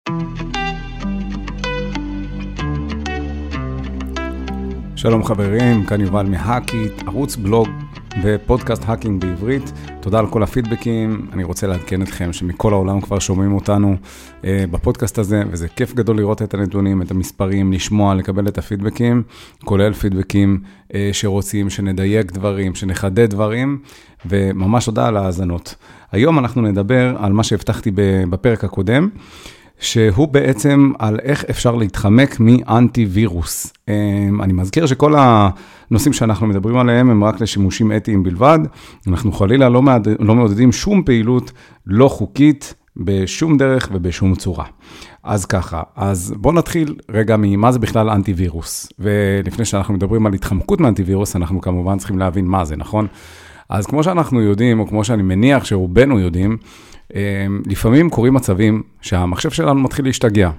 שלום חברים, כאן יובל מהאקיט, ערוץ בלוג ופודקאסט האקינג בעברית. תודה על כל הפידבקים. אני רוצה לעדכן אתכם שמכל העולם כבר שומעים אותנו בפודקאסט הזה, וזה כיף גדול לראות את הנתונים, את המספרים, לשמוע, לקבל את הפידבקים, כולל פידבקים שרוצים שנדייק דברים, שנחדד דברים, וממש תודה על ההאזנות. היום אנחנו נדבר על מה שהבטחתי בפרק הקודם, שהוא בעצם על איך אפשר להתחמק מאנטי וירוס. אני מזכיר שכל הנושאים שאנחנו מדברים עליהם הם רק לשימושים אתיים בלבד. אנחנו חלילה לא מעודדים שום פעילות לא חוקית בשום דרך ובשום צורה. אז ככה, אז בואו נתחיל רגע ממה זה בכלל אנטי וירוס. ולפני שאנחנו מדברים על התחמקות מאנטי וירוס, אנחנו כמובן צריכים להבין מה זה, נכון? אז כמו שאנחנו יודעים, או כמו שאני מניח שרובנו יודעים, לפעמים קורים מצבים שהמחשב שלנו מתחיל להשתגע.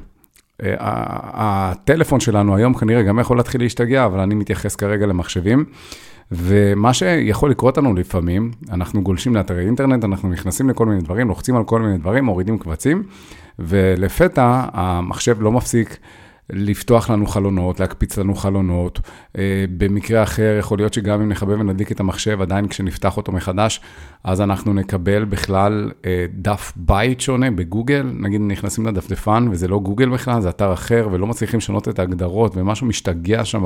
הטלפון שלנו היום כנראה גם יכול להתחיל להשתגע, אבל אני מתייחס כרגע למחשבים, ומה שיכול לקרות לנו לפעמים, אנחנו גולשים לאתרי אינטרנט, אנחנו נכנסים לכל מיני דברים, לוחצים על כל מיני דברים, מורידים קבצים, ולפתע המחשב לא מפסיק לפתוח לנו חלונות, להקפיץ לנו חלונות. במקרה אחר, יכול להיות שגם אם נחבב ונדליק את המחשב, עדיין כשנפתח אותו מחדש, אז אנחנו נקבל בכלל דף בית שונה בגוגל. נגיד נכנסים לדפדפן, וזה לא גוגל בכלל, זה אתר אחר, ולא מצליחים לשנות את ההגדרות, ומשהו משתגע שם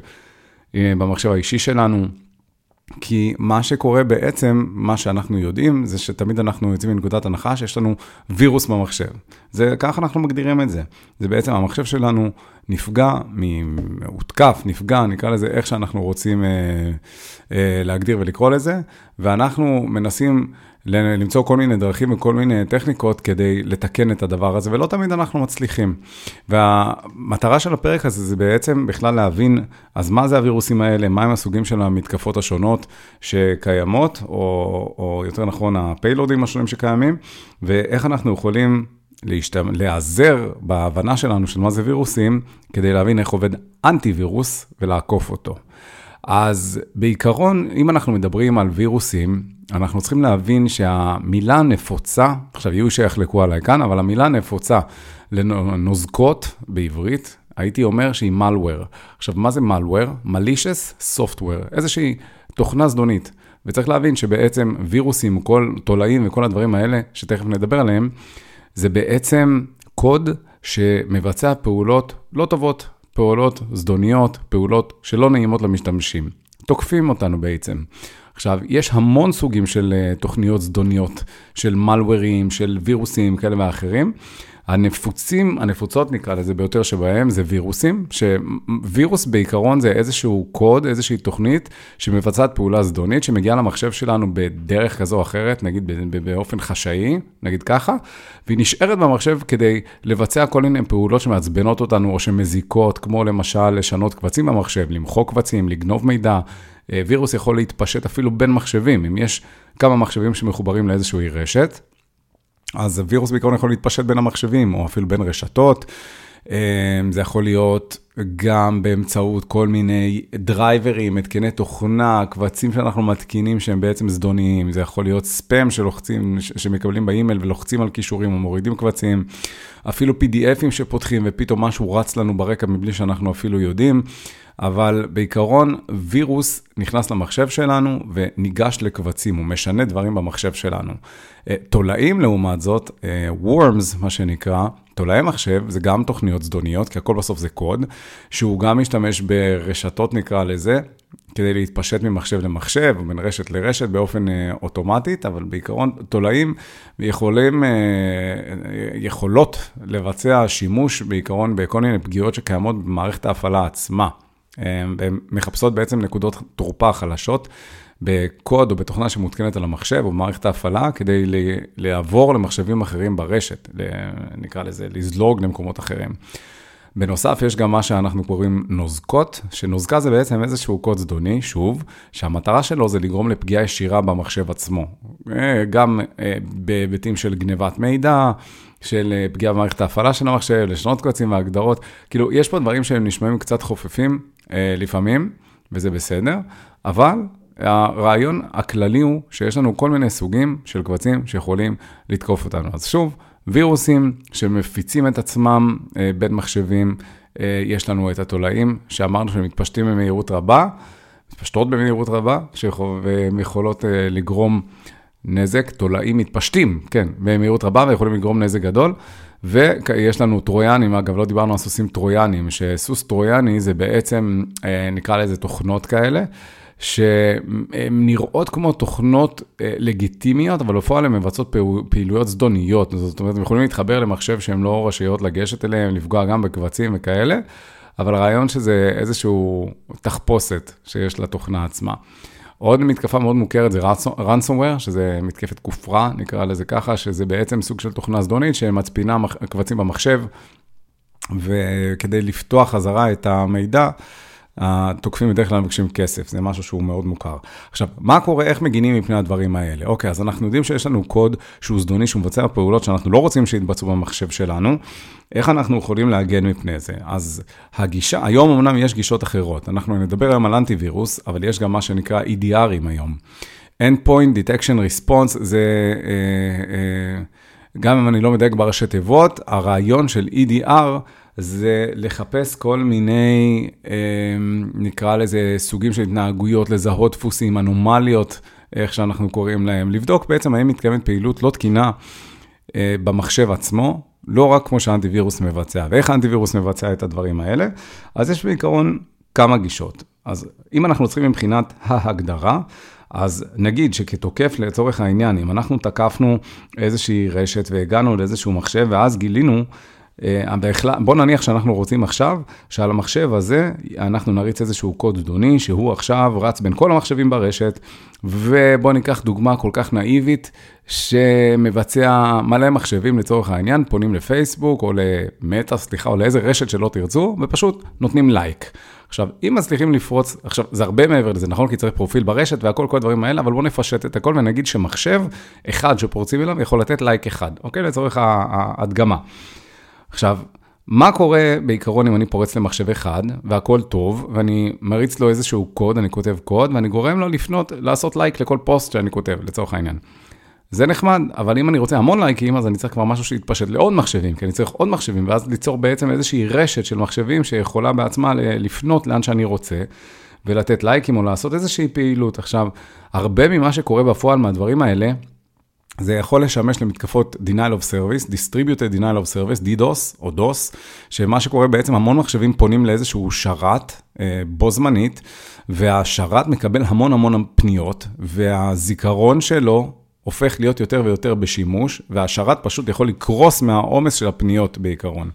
במחשב האישי שלנו. כי מה שקורה בעצם, מה שאנחנו יודעים, זה שתמיד אנחנו יוצאים מנקודת הנחה שיש לנו וירוס במחשב. זה, כך אנחנו מגדירים את זה. זה בעצם המחשב שלנו נפגע, הותקף, נפגע, נקרא לזה איך שאנחנו רוצים להגדיר ולקרוא לזה, ואנחנו מנסים למצוא כל מיני דרכים וכל מיני טכניקות כדי לתקן את הדבר הזה, ולא תמיד אנחנו מצליחים. והמטרה של הפרק הזה זה בעצם בכלל להבין, אז מה זה הווירוסים האלה, מה הם הסוגים של המתקפות השונות שקיימות, או יותר נכון, הפיילודים השונים שקיימים, ואיך אנחנו יכולים להיעזר בהבנה שלנו של מה זה וירוסים, כדי להבין איך עובד אנטי-וירוס ולעקוף אותו. אז בעיקרון, אם אנחנו מדברים על וירוסים, אנחנו צריכים להבין שהמילה נפוצה, עכשיו יהיו שיחלקו עליי כאן, אבל המילה נפוצה לנוזקות בעברית, הייתי אומר שהיא malware. עכשיו, מה זה malware? malicious software, איזושהי תוכנה זדונית. וצריך להבין שבעצם וירוסים, כל תולעים וכל הדברים האלה, שתכף נדבר עליהם, זה בעצם קוד שמבצע פעולות לא טובות, פעולות זדוניות, פעולות שלא נעימות למשתמשים. תוקפים אותנו בעצם. עכשיו, יש המון סוגים של תוכניות זדוניות, של מלוורים, של וירוסים כאלה ואחרים. הנפוצות נקרא לזה ביותר שבהם זה וירוסים, שווירוס בעיקרון זה איזשהו קוד, איזושהי תוכנית שמבצעת פעולה זדונית, שמגיעה למחשב שלנו בדרך כזו או אחרת, נגיד באופן חשאי, נגיד ככה, והיא נשארת במחשב כדי לבצע כל מיני פעולות שמעצבנות אותנו, או שמזיקות, כמו למשל לשנות קבצים במחשב, למחוק קבצים, לגנוב מידע. וירוס יכול להתפשט אפילו בין מחשבים, אם יש כמה מחשבים שמחוברים לאיזושהי רשת, אז הווירוס בעיקרון יכול להתפשט בין המחשבים, או אפילו בין רשתות. זה יכול להיות גם באמצעות כל מיני דרייברים, התקני תוכנה, קבצים שאנחנו מתקינים שהם בעצם זדוניים. זה יכול להיות ספאם שמקבלים באימייל ולוחצים על קישורים או מורידים קבצים. אפילו PDFים שפותחים ופתאום משהו רץ לנו ברקע מבלי שאנחנו אפילו יודעים. אבל בעיקרון וירוס נכנס למחשב שלנו וניגש לקבצים, הוא משנה דברים במחשב שלנו. תולעים לעומת זאת, worms מה שנקרא, תולעי מחשב זה גם תוכניות זדוניות, כי הכל בסוף זה קוד, שהוא גם משתמש ברשתות נקרא לזה, כדי להתפשט ממחשב למחשב, או בין רשת לרשת באופן אוטומטית, אבל בעיקרון תולעים יכולות לבצע שימוש בעיקרון בכל מיני פגיעות שקיימות במערכת ההפעלה עצמה. והן מחפשות בעצם נקודות תורפה חלשות בקוד או בתוכנה שמותקנת על המחשב או במערכת ההפעלה, כדי לעבור למחשבים אחרים ברשת, נקרא לזה, לזלוג למקומות אחרים. בנוסף, יש גם מה שאנחנו קוראים נוזקות, שנוזקה זה בעצם איזשהו קוד זדוני, שוב, שהמטרה שלו זה לגרום לפגיעה ישירה במחשב עצמו. גם בהיבטים של גנבת מידע, של פגיעה במערכת ההפעלה של המחשב, לשנות קבצים והגדרות. כאילו, יש פה דברים שהם נשמעים קצת חופפים לפעמים, וזה בסדר, אבל הרעיון הכללי הוא שיש לנו כל מיני סוגים של קבצים שיכולים לתקוף אותנו. אז שוב, וירוסים שמפיצים את עצמם בין מחשבים, יש לנו את התולעים, שאמרנו שהם מתפשטים במהירות רבה, מתפשטות במהירות רבה, והם יכולות לגרום נזק, תולעים מתפשטים, כן, במהירות רבה, ויכולים לגרום נזק גדול, ויש לנו טרויאנים, אגב, לא דיברנו על סוסים טרויאנים, שסוס טרויאני זה בעצם, נקרא לזה תוכנות כאלה, שהן נראות כמו תוכנות לגיטימיות, אבל בפועל הן מבצעות פעילויות זדוניות, זאת אומרת, הם יכולים להתחבר למחשב שהן לא רשאיות לגשת אליהם, לפגוע גם בקבצים וכאלה, אבל הרעיון שזה איזשהו תחפושת שיש לתוכנה עצמה. עוד מתקפה מאוד מוכרת זה ransomware, שזה מתקפת כופרה, נקרא לזה ככה, שזה בעצם סוג של תוכנה זדונית שמצפינה קבצים במחשב, וכדי לפתוח חזרה את המידע, התוקפים בדרך כלל מבקשים כסף, זה משהו שהוא מאוד מוכר. עכשיו, מה קורה, איך מגינים מפני הדברים האלה? אוקיי, אז אנחנו יודעים שיש לנו קוד שהוא זדוני, שהוא מבצע פעולות שאנחנו לא רוצים שיתבצעו במחשב שלנו, איך אנחנו יכולים להגן מפני זה? אז הגישה, היום אמנם יש גישות אחרות, אנחנו נדבר היום על אנטיווירוס, אבל יש גם מה שנקרא EDRים היום. Endpoint Detection Response, זה, גם אם אני לא מדייק בראשי תיבות, הרעיון של EDR, זה לחפש כל מיני, נקרא לזה סוגים של התנהגויות, לזהות דפוסים, אנומליות, איך שאנחנו קוראים להם, לבדוק בעצם האם מתכוונת פעילות לא תקינה במחשב עצמו, לא רק כמו שהאנטיווירוס מבצע, ואיך האנטיווירוס מבצע את הדברים האלה, אז יש בעיקרון כמה גישות. אז אם אנחנו צריכים מבחינת ההגדרה, אז נגיד שכתוקף לצורך העניין, אם אנחנו תקפנו איזושהי רשת והגענו לאיזשהו מחשב, ואז גילינו, בוא נניח שאנחנו רוצים עכשיו, שעל המחשב הזה אנחנו נריץ איזשהו קוד זדוני, שהוא עכשיו רץ בין כל המחשבים ברשת, ובוא ניקח דוגמה כל כך נאיבית, שמבצע מלא מחשבים לצורך העניין, פונים לפייסבוק או למטה, סליחה, או לאיזה רשת שלא תרצו, ופשוט נותנים לייק. עכשיו, אם מצליחים לפרוץ, עכשיו, זה הרבה מעבר לזה, נכון? כי צריך פרופיל ברשת והכל, כל הדברים האלה, אבל בואו נפשט את הכל ונגיד שמחשב אחד שפורצים אליו יכול לתת לייק אחד, אוקיי? לצורך ההדגמה. עכשיו, מה קורה בעיקרון אם אני פורץ למחשב אחד, והכל טוב, ואני מריץ לו איזשהו קוד, אני כותב קוד, ואני גורם לו לפנות, לעשות לייק לכל פוסט שאני כותב, לצורך העניין. זה נחמד, אבל אם אני רוצה המון לייקים, אז אני צריך כבר משהו שיתפשט לעוד מחשבים, כי אני צריך עוד מחשבים, ואז ליצור בעצם איזושהי רשת של מחשבים, שיכולה בעצמה לפנות לאן שאני רוצה, ולתת לייקים או לעשות איזושהי פעילות. עכשיו, הרבה ממה שקורה בפועל מהדברים האלה, זה יכול לשמש למתקפות Denial of Service, Distributed Denial of Service, DDoS או DOS, שמה שקורה בעצם המון מחשבים פונים לאיזשהו שרת בו זמנית, והשרת מקבל המון פניות, והזיכרון שלו הופך להיות יותר ויותר בשימוש, והשרת פשוט יכול לקרוס מהעומס של הפניות בעיקרון.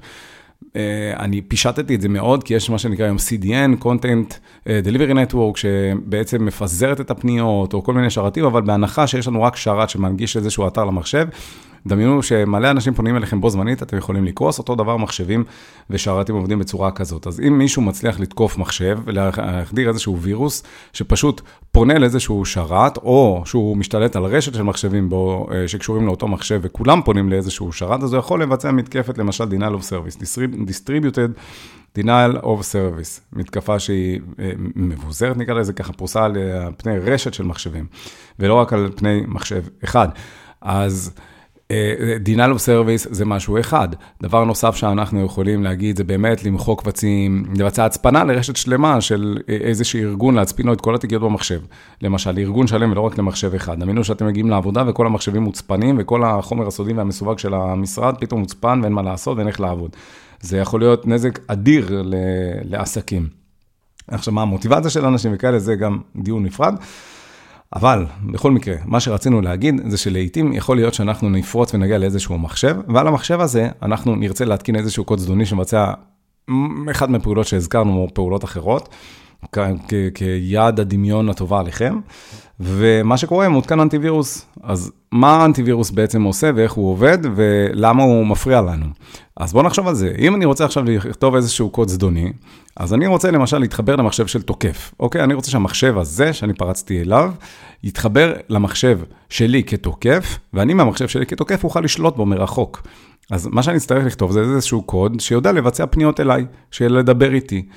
אני פישטתי את זה מאוד, כי יש מה שנקרא היום CDN, Content Delivery Network, שבעצם מפזרת את הפניות, או כל מיני שרתים, אבל בהנחה שיש לנו רק שרת שמנגיש איזשהו אתר למחשב, דמיינו שמלא אנשים פונים אליכם בו זמנית, אתם יכולים לקרוס, אותו דבר מחשבים ושרתים עובדים בצורה כזאת. אז אם מישהו מצליח לתקוף מחשב, ולהחדיר איזשהו וירוס, שפשוט פונה לאיזשהו שרת, או שהוא משתלט על רשת של מחשבים שקשורים לאותו מחשב, וכולם פונים לאיזשהו שרת, אז הוא יכול לבצע מתקפת, למשל Denial of Service, Distributed Denial of Service, מתקפה שהיא מבוזרת, נקרא לזה ככה, פרוסה על פני רשת של מחשבים, ולא רק על פני מחשב אחד. אז Denial of Service זה משהו אחד. דבר נוסף שאנחנו יכולים להגיד, זה באמת למחוק קבצים, לבצע הצפנה לרשת שלמה של איזשהו ארגון, להצפין לו את כל התגיות במחשב. למשל, ארגון שלם ולא רק למחשב אחד. דמיינו שאתם מגיעים לעבודה וכל המחשבים מוצפנים, וכל החומר הסודי והמסווג של המשרד פתאום מוצפן, ואין מה לעשות ואין איך לעבוד. זה יכול להיות נזק אדיר לעסקים. עכשיו, מה המוטיבציה של אנשים וכאלה, זה גם דיון נפרד. אבל, בכל מקרה, מה שרצינו להגיד, זה שלעיתים יכול להיות שאנחנו נפרוץ ונגיע לאיזשהו מחשב, ועל המחשב הזה אנחנו נרצה להתקין איזשהו קוד זדוני שמבצע אחד מהפעולות שהזכרנו, או פעולות אחרות, כיעד הדמיון הטובה עליכם, ומה שקורה, מותקן אנטיווירוס. אז מה האנטיווירוס בעצם עושה, ואיך הוא עובד, ולמה הוא מפריע לנו? אז בואו נחשוב על זה. אם אני רוצה עכשיו לכתוב איזשהו קוד זדוני, אז אני רוצה למשל להתחבר למחשב של תוקף. אוקיי? אני רוצה שהמחשב הזה, שאני פרצתי אליו, יתחבר למחשב שלי כתוקף, ואני מהמחשב שלי כתוקף אוכל לשלוט בו מרחוק. אז מה שאני אצטרך לכתוב זה איזשהו קוד שיודע לבצע פניות אליי, שיודע לדבר איתי.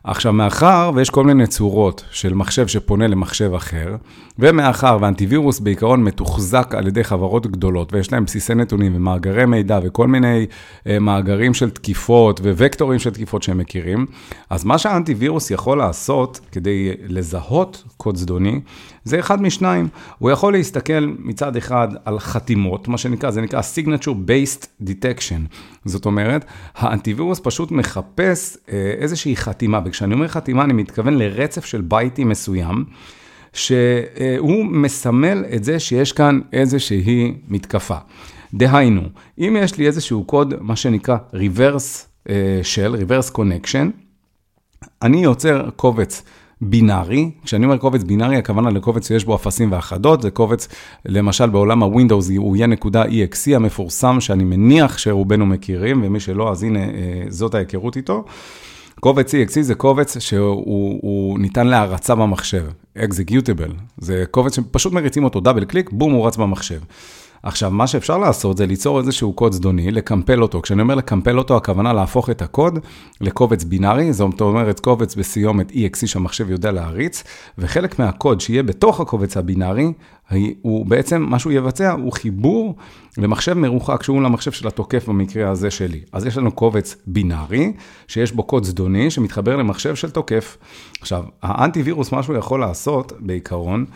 עכשיו, מאחר ויש כל מיני צורות של מחשב שפונה למחשב אחר, ומאחר ואנטיווירוס בעיקרון מתוחזק על ידי חברות גדולות, ויש להם בסיסי נתונים ומאגרי מידע וכל מיני מאגרים של תקיפות ווקטורים של תקיפות שהם מכירים, אז מה שהאנטיווירוס יכול לעשות כדי לזהות קוד זדוני, זה אחד משניים. הוא יכול להסתכל מצד אחד על חתימות, מה שנקרא, זה נקרא signature based detection. זאת אומרת, האנטיווירוס פשוט מחפש איזושהי חתימה, וכשאני אומר חתימה, אני מתכוון לרצף של בייטים מסוים, שהוא מסמל את זה שיש כאן איזושהי מתקפה. דהיינו, אם יש לי איזשהו קוד, מה שנקרא reverse reverse connection, אני יוצר קובץ בינארי. כשאני אומר קובץ בינארי, הכוונה לקובץ שיש בו אפסים ואחדות, זה קובץ, למשל בעולם הווינדאוס, הוא יהיה .exe המפורסם, שאני מניח שרובנו מכירים, ומי שלא, אז הנה, זאת ההיכרות איתו. קובץ exe זה קובץ שהוא ניתן להרצה במחשב, executable, זה קובץ שפשוט מריצים אותו דאבל קליק, בום, הוא רץ במחשב. עכשיו, מה שאפשר לעשות זה ליצור איזשהו קוד זדוני, לקמפל אותו. כשאני אומר לקמפל אותו, הכוונה להפוך את הקוד לקובץ בינארי, זאת אומרת קובץ בסיומת exe שהמחשב יודע להריץ, וחלק מהקוד שיהיה בתוך הקובץ הבינארי, הוא בעצם, מה שהוא יבצע, הוא חיבור למחשב מרוחק, שהוא למחשב של התוקף במקרה הזה שלי. אז יש לנו קובץ בינארי, שיש בו קוד זדוני, שמתחבר למחשב של תוקף. עכשיו, האנטיווירוס, מה שהוא יכול לעשות, בעיקרון,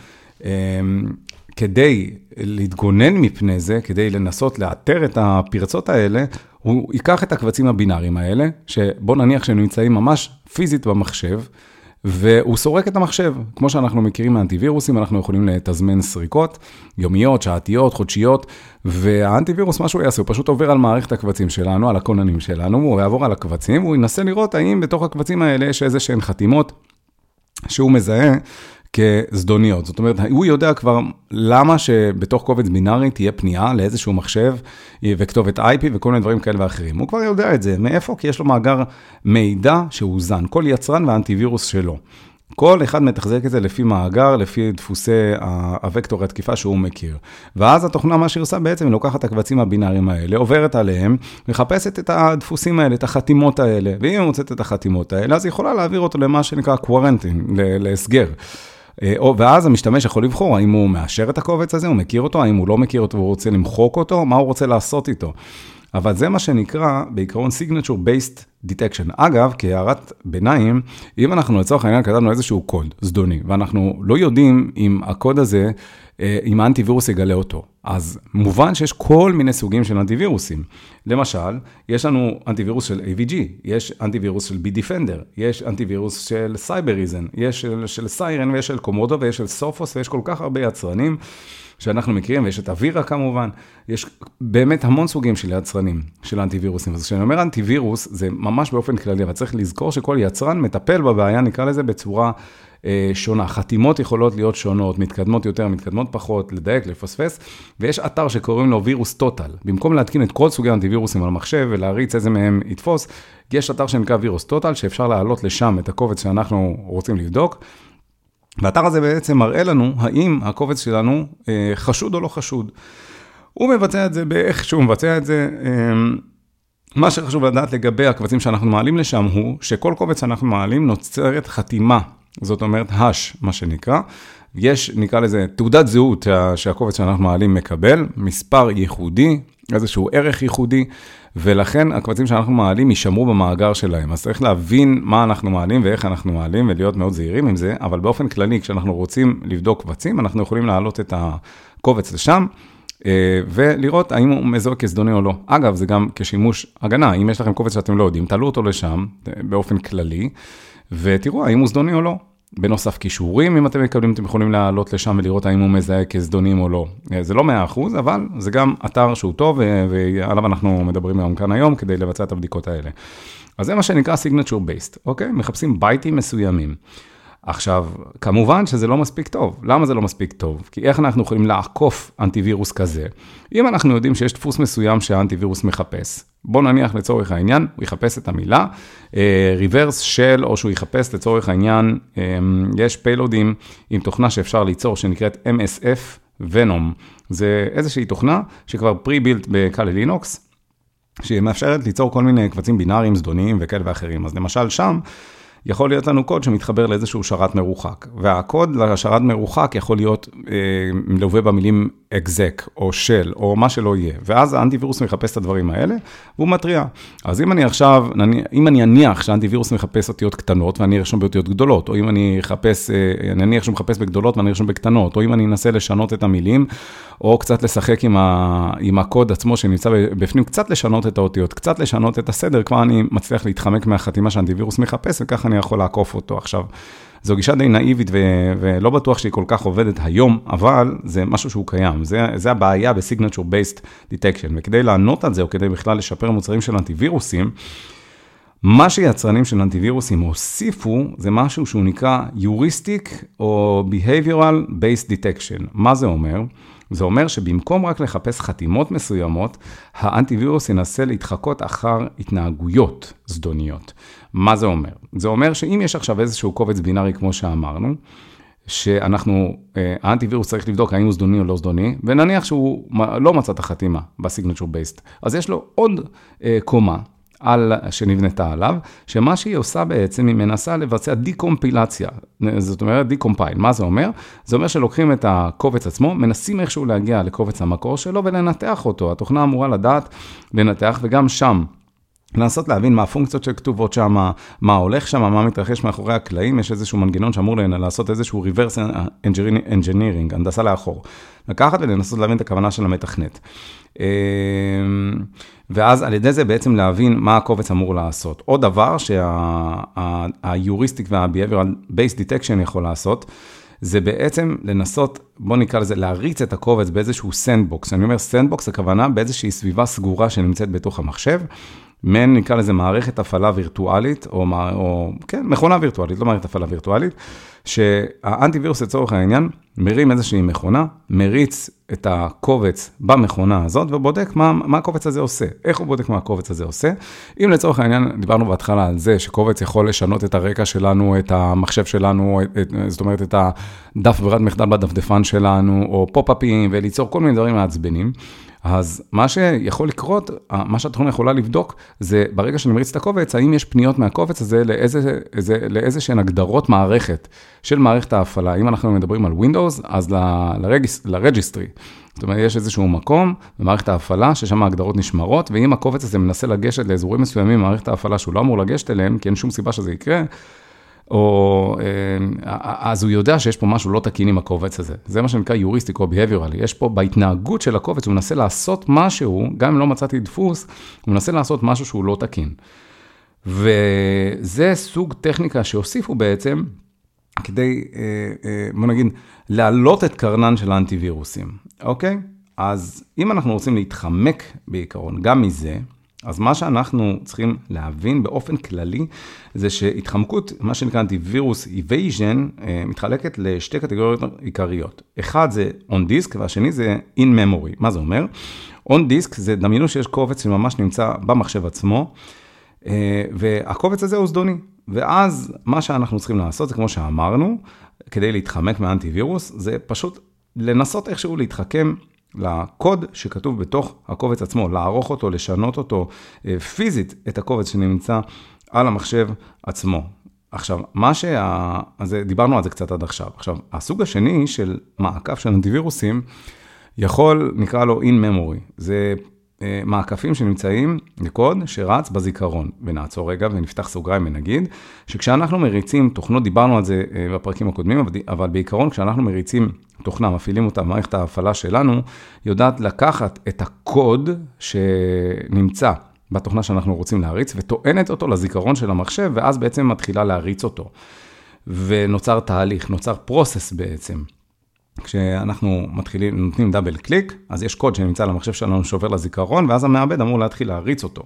כדי להתגונן מפני זה, כדי לנסות לאתר את הפרצות האלה, הוא ייקח את הקבצים הבינאריים האלה, שבוא נניח שהם נמצאים ממש פיזית במחשב, והוא סורק את המחשב. כמו שאנחנו מכירים מאנטיווירוסים, אנחנו יכולים לתזמן סריקות, יומיות, שעתיות, חודשיות, והאנטיווירוס, מה שהוא יעשה, הוא פשוט עובר על מערכת הקבצים שלנו, על הכוננים שלנו, הוא יעבור על הקבצים, והוא ינסה לראות האם בתוך הקבצים האלה יש איזשהן חתימות שהוא מזהה, כזדוניות. זאת אומרת, הוא יודע כבר למה שבתוך קובץ בינארי תהיה פנייה לאיזשהו מחשב וכתובת IP וכל מיני דברים כאלה ואחרים. הוא כבר יודע את זה. מאיפה? כי יש לו מאגר מידע שהוא זן. כל יצרן והאנטיווירוס שלו. כל אחד מתחזק את זה לפי מאגר, לפי דפוסי הוקטורי התקיפה שהוא מכיר. ואז התוכנה, מה שהיא עושה בעצם, היא לוקחת את הקבצים הבינאריים האלה, עוברת עליהם, מחפשת את הדפוסים האלה, את החתימות האלה. ואם היא מוצאת את החתימות האלה, אז היא יכולה להעביר אותו למה שנקרא קוורנטין, להסגר. ואז המשתמש יכול לבחור, האם הוא מאשר את הקובץ הזה, הוא מכיר אותו, האם הוא לא מכיר אותו, והוא רוצה למחוק אותו, מה הוא רוצה לעשות איתו. אבל זה מה שנקרא בעיקרון signature based detection. אגב, כהערת ביניים, אם אנחנו לצורך העניין כתבנו איזשהו קוד זדוני, ואנחנו לא יודעים אם הקוד הזה, אם האנטיווירוס יגלה אותו, אז מובן שיש כל מיני סוגים של אנטיווירוסים. למשל, יש לנו אנטיווירוס של AVG, יש אנטיווירוס של Bitdefender, יש אנטיווירוס של Cybereason, יש של Siren ויש של Komodo ויש של Sophos ויש כל כך הרבה יצרנים שאנחנו מכירים, ויש את אווירה כמובן, יש באמת המון סוגים של יצרנים, של אנטיווירוסים. אז כשאני אומר אנטיווירוס, זה ממש באופן כללי, אבל צריך לזכור שכל יצרן מטפל בבעיה, נקרא לזה בצורה שונה. חתימות יכולות להיות שונות, מתקדמות יותר, מתקדמות פחות, לדייק, לפספס, ויש אתר שקוראים לו וירוס טוטל. במקום להתקין את כל סוגי האנטיווירוסים על מחשב ולהריץ איזה מהם יתפוס, יש אתר שנקרא וירוס טוטל, שאפשר להעלות לשם את הקובץ שאנחנו רוצים לבדוק, והאתר הזה בעצם מראה לנו האם הקובץ שלנו חשוד או לא חשוד. הוא מבצע את זה באיך שהוא מבצע את זה. מה שחשוב לדעת לגבי הקבצים שאנחנו מעלים לשם הוא שכל קובץ שאנחנו מעלים נוצרת חתימה. זאת אומרת, הש, מה שנקרא. יש, נקרא לזה, תעודת זהות שהקובץ שאנחנו מעלים מקבל, מספר ייחודי, איזשהו ערך ייחודי, ולכן הקבצים שאנחנו מעלים יישמרו במאגר שלהם. אז צריך להבין מה אנחנו מעלים ואיך אנחנו מעלים, ולהיות מאוד זהירים עם זה, אבל באופן כללי, כשאנחנו רוצים לבדוק קבצים, אנחנו יכולים להעלות את הקובץ לשם, ולראות האם הוא מזוהה כזדוני או לא. אגב, זה גם כשימוש הגנה. אם יש לכם קובץ שאתם לא יודעים, תעלו אותו לשם, באופן כללי, ותראו האם הוא זדוני או לא. בנוסף קישורים, אם אתם מקבלים, אתם יכולים לעלות לשם ולראות האם הוא מזהה כזדונים או לא. זה לא 100%, אבל זה גם אתר שהוא טוב, ועליו אנחנו מדברים היום כאן היום, כדי לבצע את הבדיקות האלה. אז זה מה שנקרא signature based, אוקיי? מחפשים בייטים מסוימים. עכשיו, כמובן שזה לא מספיק טוב. למה זה לא מספיק טוב? כי איך אנחנו יכולים לעקוף אנטיווירוס כזה? אם אנחנו יודעים שיש דפוס מסוים שהאנטיווירוס מחפש, בוא נניח לצורך העניין, הוא יחפש את המילה, reverse shell, או שהוא יחפש לצורך העניין, יש פיילודים עם תוכנה שאפשר ליצור, שנקראת MSF Venom. זה איזושהי תוכנה שכבר pre-built בקלי לינוקס, שהיא מאפשרת ליצור כל מיני קבצים בינאריים, זדוניים וכאלה ואחרים. אז למשל שם, יכול להיות לנו קוד שמתחבר לאיזשהו שרת מרוחק, והקוד לשרת מרוחק יכול להיות מלווה במילים exec או shell או מה שלא יהיה, ואז האנטיווירוס מחפש את הדברים האלה, והוא מטריע. אז אם אני עכשיו, אם אני אניח שהאנטיווירוס מחפש אותיות קטנות, ואני ארשום באותיות גדולות, או אם אני אניח שהוא מחפש בגדולות ואני ארשום בקטנות, או אם אני אנסה לשנות את המילים, או קצת לשחק עם הקוד עצמו שנמצא בפנים, קצת לשנות את האותיות, קצת לשנות את הסדר, כבר אני מצליח להתחמק מהחתימה שהאנטיווירוס מחפש, וככה אני יכול לעקוף אותו. עכשיו, זו גישה די נאיבית ולא בטוח שהיא כל כך עובדת היום, אבל זה משהו שהוא קיים. זה הבעיה ב-Signature Based Detection, וכדי לענות על זה, או כדי בכלל לשפר מוצרים של אנטיווירוסים, מה שיצרנים של אנטיווירוסים הוסיפו, זה משהו שהוא נקרא Heuristic או Behavioral Based Detection. מה זה אומר? זה אומר שבמקום רק לחפש חתימות מסוימות, האנטיווירוס ינסה להתחקות אחר התנהגויות זדוניות. מה זה אומר? זה אומר שאם יש עכשיו איזשהו קובץ בינארי כמו שאמרנו, האנטיווירוס צריך לבדוק האם הוא זדוני או לא זדוני, ונניח שהוא לא מצא את החתימה ב-Signature Based. אז יש לו עוד קומה, שנבנתה עליו, שמה שהיא עושה בעצם, היא מנסה לבצע דיקומפילציה, זאת אומרת דיקומפייל. מה זה אומר? זה אומר שלוקחים את הקובץ עצמו, מנסים איכשהו להגיע לקובץ המקור שלו ולנתח אותו. התוכנה אמורה לדעת לנתח, וגם שם, לנסות להבין מה הפונקציות שכתובות שם, מה הולך שם, מה מתרחש מאחורי הקלעים, יש איזשהו מנגנון שאמור לעשות איזשהו reverse engineering, הנדסה לאחור. לקחת ולנסות להבין את הכוונה של המתכנת. ואז על ידי זה בעצם להבין מה הקובץ אמור לעשות. עוד דבר שה-Heuristic וה-Behavioral Based Detection יכול לעשות, זה בעצם לנסות, בוא נקרא לזה, להריץ את הקובץ באיזשהו sandbox. אני אומר sandbox, הכוונה באיזושהי סביבה סגורה שנמצאת בתוך המחשב, נקרא לזה מערכת הפעלה וירטואלית, או כן, מכונה וירטואלית, לא מערכת הפעלה וירטואלית, שהאנטיווירוס לצורך העניין מרים איזושהי מכונה, מריץ את הקובץ במכונה הזאת, ובודק מה הקובץ הזה עושה. איך הוא בודק מה הקובץ הזה עושה? אם לצורך העניין דיברנו בהתחלה על זה, שקובץ יכול לשנות את הרקע שלנו, את המחשב שלנו, זאת אומרת את הדף ברירת מחדל בדפדפן שלנו, או פופ-אפים, וליצור כל מיני דברים מעצבנים, אז מה שיכול לקרות, מה שהתוכנה יכולה לבדוק, זה ברגע שאני מריץ את הקובץ, האם יש פניות מהקובץ הזה לאיזה שהן הגדרות מערכת של מערכת ההפעלה. אם אנחנו מדברים על Windows, אז לרג'יסטרי. זאת אומרת, יש איזשהו מקום במערכת ההפעלה, ששם ההגדרות נשמרות, ואם הקובץ הזה מנסה לגשת לאזורים מסוימים במערכת ההפעלה, שהוא לא אמור לגשת אליהם, כי אין שום סיבה שזה יקרה, אז הוא יודע שיש פה משהו לא תקין עם הקובץ הזה. זה מה שנקרא Heuristic או Behavioral. יש פה בהתנהגות של הקובץ, הוא מנסה לעשות משהו, גם אם לא מצאתי דפוס, הוא מנסה לעשות משהו שהוא לא תקין. וזה סוג טכניקה שהוסיפו בעצם, כדי, בוא נגיד, להעלות את קרנן של האנטיווירוסים. אוקיי? אז אם אנחנו רוצים להתחמק בעיקרון גם מזה, אז מה שאנחנו צריכים להבין באופן כללי, זה שהתחמקות, מה שנקרא אנטיווירוס evasion, מתחלקת לשתי קטגוריות עיקריות. אחד זה on disk, והשני זה in memory. מה זה אומר? on disk זה דמיינו שיש קובץ שממש נמצא במחשב עצמו, והקובץ הזה הוא זדוני. ואז מה שאנחנו צריכים לעשות, זה כמו שאמרנו, כדי להתחמק מהאנטיווירוס, זה פשוט לנסות איכשהו להתחכם לקוד שכתוב בתוך הקובץ עצמו, לערוך אותו, לשנות אותו פיזית את הקובץ שנמצא על המחשב עצמו. עכשיו, אז דיברנו על זה קצת עד עכשיו. עכשיו, הסוג השני של מעקף של אנטיווירוסים, נקרא לו in memory. זה מעקפים שנמצאים לקוד שרץ בזיכרון. ונעצור רגע ונפתח סוגריים ונגיד, שכשאנחנו מריצים תוכנות, דיברנו על זה בפרקים הקודמים, אבל בעיקרון כשאנחנו מריצים תוכנה, מפעילים אותה במערכת ההפעלה שלנו, יודעת לקחת את הקוד שנמצא בתוכנה שאנחנו רוצים להריץ, וטוענת אותו לזיכרון של המחשב, ואז בעצם מתחילה להריץ אותו. ונוצר תהליך, נוצר פרוסס בעצם. כשאנחנו נותנים דאבל קליק, אז יש קוד שנמצא למחשב שלנו שעובר לזיכרון, ואז המעבד אמור להתחיל להריץ אותו.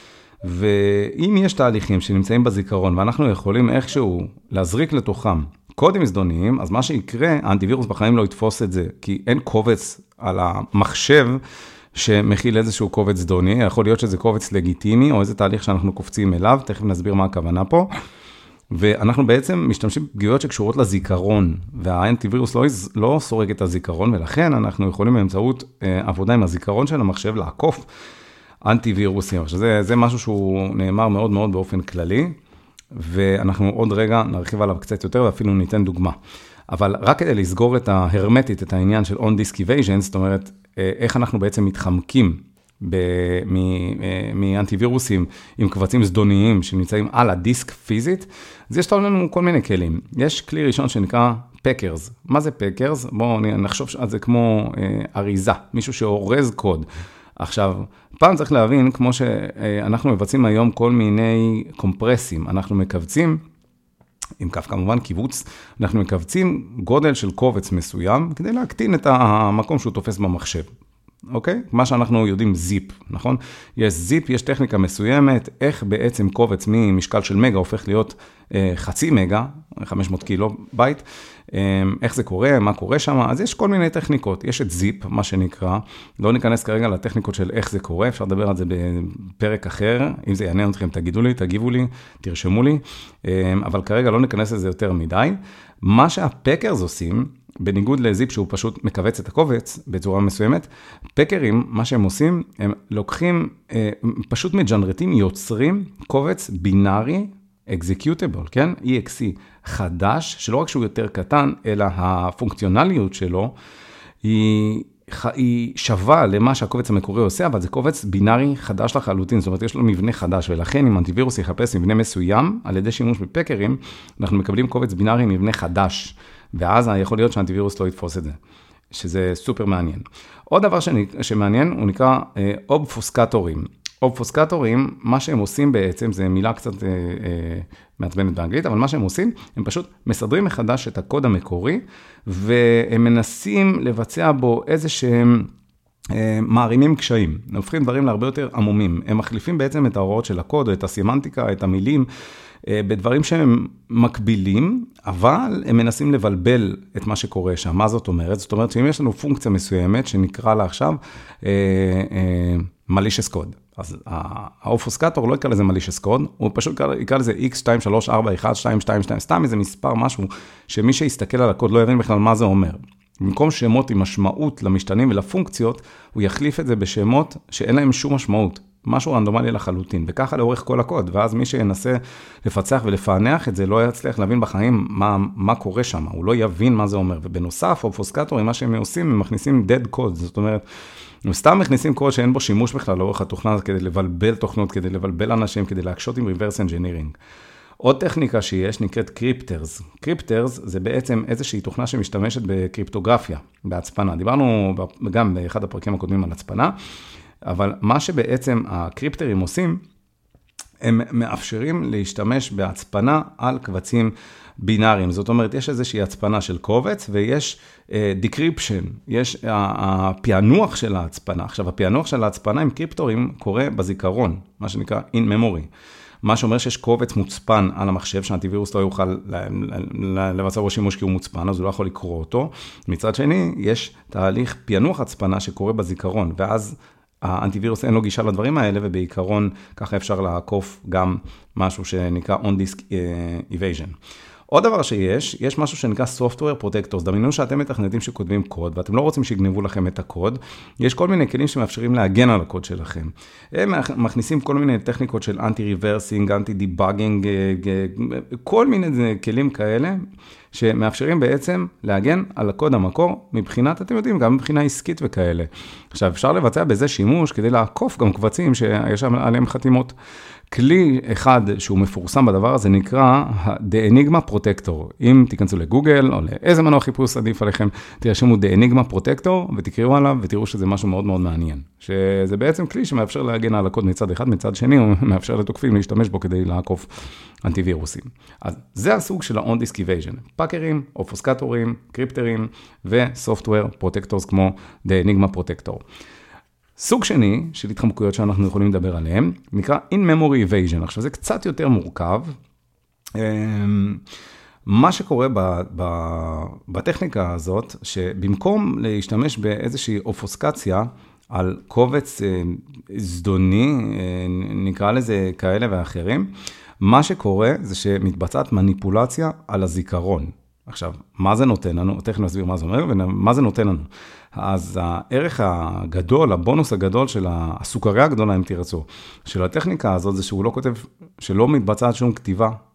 ואם יש תהליכים שנמצאים בזיכרון, ואנחנו יכולים איכשהו להזריק לתוכם קודים זדוניים, אז מה שיקרה, האנטיווירוס בחיים לא יתפוס את זה, כי אין קובץ על המחשב שמכיל איזשהו קובץ זדוני, יכול להיות שזה קובץ לגיטימי, או איזה תהליך שאנחנו קופצים אליו, תכף נסביר מה הכוונה פה, ואנחנו בעצם משתמשים בפגיעות שקשורות לזיכרון, והאנטיווירוס לא סורק את הזיכרון, ולכן אנחנו יכולים באמצעות עבודה עם הזיכרון של המחשב לעקוף אנטיווירוסים. זה משהו שהוא נאמר מאוד מאוד באופן כללי, ואנחנו עוד רגע נרחיב עליו קצת יותר, ואפילו ניתן דוגמה. אבל רק כדי לסגור את ההרמטית, את העניין של on-disk evasion, זאת אומרת, איך אנחנו בעצם מתחמקים מאנטיווירוסים עם קבצים זדוניים שנמצאים על הדיסק פיזית, אז יש לנו כל מיני כלים. יש כלי ראשון שנקרא פקרס. מה זה פקרס? בואו נחשוב על זה כמו אריזה, מישהו שאורז קוד. עכשיו, פעם צריך להבין, כמו שאנחנו מבצעים היום כל מיני קומפרסים, אנחנו מקבצים, עם כף כמובן קיבוץ, אנחנו מקבצים גודל של קובץ מסוים, כדי להקטין את המקום שהוא תופס במחשב. אוקיי? מה שאנחנו יודעים זיפ, נכון? יש זיפ, יש טכניקה מסוימת, איך בעצם קובץ ממשקל של מגה הופך להיות חצי מגה, 500 קילו בייט, איך זה קורה, מה קורה שם, אז יש כל מיני טכניקות, יש את זיפ, מה שנקרא, לא ניכנס כרגע לטכניקות של איך זה קורה, אפשר לדבר על זה בפרק אחר, אם זה יעניין אתכם, תגידו לי, תגיבו לי, תרשמו לי, אבל כרגע לא ניכנס לזה יותר מדי. מה שהפקרס עושים, בניגוד לזיפ שהוא פשוט מקבץ את הקובץ בצורה מסוימת, פקרים, מה שהם עושים, הם לוקחים, פשוט מג'נרטים, יוצרים קובץ בינארי, executable, כן? EXE חדש, שלא רק שהוא יותר קטן, אלא הפונקציונליות שלו, היא שווה למה שהקובץ המקורי עושה, אבל זה קובץ בינארי חדש לחלוטין, זאת אומרת, יש לו מבנה חדש, ולכן אם אנטיווירוס יחפש מבנה מסוים, על ידי שימוש בפקרים, אנחנו מקבלים קובץ בינארי מבנה חדש, ואז יכול להיות שהאנטיווירוס לא יתפוס את זה, שזה סופר מעניין. עוד דבר שמעניין, הוא נקרא אובפוסקטורים. אובפוסקטורים, מה שהם עושים בעצם, זה מילה קצת מעצבנת באנגלית, אבל מה שהם עושים, הם פשוט מסדרים מחדש את הקוד המקורי, והם מנסים לבצע בו איזה שהם מערימים קשיים, הם הופכים דברים להרבה יותר עמומים, הם מחליפים בעצם את ההוראות של הקוד, את הסמנטיקה, את המילים, בדברים שהם מקבילים, אבל הם מנסים לבלבל את מה שקורה שם. מה זאת אומרת? זאת אומרת שאם יש לנו פונקציה מסוימת, שנקרא לה עכשיו malicious code. אז האופוסקטור לא יקרא לזה malicious code, הוא פשוט יקרא לזה x23412222, סתם איזה מספר משהו, שמי שיסתכל על הקוד לא יבין בכלל מה זה אומר. במקום שמות עם משמעות למשתנים ולפונקציות, הוא יחליף את זה בשמות שאין להם שום משמעות. משהו רנדומלי לחלוטין, וככה לאורך כל הקוד, ואז מי שינסה לפצח ולפענח את זה, לא יצליח להבין בחיים מה קורה שם, הוא לא יבין מה זה אומר, ובנוסף, אופוסקטורים, מה שהם עושים, הם מכניסים dead code, זאת אומרת, הם סתם מכניסים קוד שאין בו שימוש בכלל לאורך התוכנה, כדי לבלבל תוכנות, כדי לבלבל אנשים, כדי להקשות עם reverse engineering. עוד טכניקה שיש נקראת קריפטרס. קריפטרס זה בעצם איזושהי תוכנה שמשתמשת בקריפטוגרפיה, בהצפנה. דיברנו גם באחד הפרקים הקודמים על הצפנה, אבל מה שבעצם הקריפטרים עושים, הם מאפשרים להשתמש בהצפנה על קבצים בינאריים. זאת אומרת, יש איזושהי הצפנה של קובץ, ויש decryption, יש הפענוח של ההצפנה. עכשיו, הפענוח של ההצפנה עם קריפטורים קורה בזיכרון, מה שנקרא in memory. מה שאומר שיש קובץ מוצפן על המחשב, שהאנטיווירוס לא יוכל לבצע בו שימוש כי הוא מוצפן, אז הוא לא יכול לקרוא אותו. מצד שני, יש תהליך פענוח הצפנה שקורה בזיכרון, ואז האנטיווירוס אין לו גישה לדברים האלה, ובעיקרון ככה אפשר לעקוף גם משהו שנקרא on-disk evasion. עוד דבר יש משהו שנקרא software protectors, דמיינו שאתם מתכנתים שכותבים קוד, ואתם לא רוצים שיגנבו לכם את הקוד, יש כל מיני כלים שמאפשרים להגן על הקוד שלכם. הם מכניסים כל מיני טכניקות של אנטי-ריברסינג, אנטי-דיבאגינג, כל מיני כלים כאלה, שמאפשרים בעצם להגן על הקוד המקור, מבחינת, אתם יודעים, גם מבחינה עסקית וכאלה. עכשיו, אפשר לבצע בזה שימוש, כדי לעקוף גם קבצים שיש עליהם חתימות. כלי אחד שהוא מפורסם בדבר הזה נקרא The Enigma Protector. אם תיכנסו לגוגל או לאיזה מנוע חיפוש עדיף עליכם, תרשמו The Enigma Protector ותקראו עליו ותראו שזה משהו מאוד מאוד מעניין. שזה בעצם כלי שמאפשר להגן על הקוד מצד אחד, מצד שני הוא מאפשר לתוקפים להשתמש בו כדי לעקוף אנטיווירוסים. אז זה הסוג של ה-on-disk evasion. פאקרים, אופוסקטורים, קריפטרים ו-software protectors כמו The Enigma Protector. סוג שני של התחמקויות שאנחנו יכולים לדבר עליהן, נקרא in-memory evasion. עכשיו, זה קצת יותר מורכב. מה שקורה בטכניקה הזאת, שבמקום להשתמש באיזושהי אופוסקציה על קובץ זדוני, נקרא לזה כאלה ואחרים, מה שקורה זה שמתבצעת מניפולציה על הזיכרון. עכשיו, מה זה נותן לנו? תכף נסביר מה זה אומר, ומה זה נותן לנו. אז הערך הגדול, הבונוס הגדול של הסוכריה הגדולה, אם תרצו, של הטכניקה הזאת, זה שהוא לא כותב, שלא מתבצעת שום כתיבה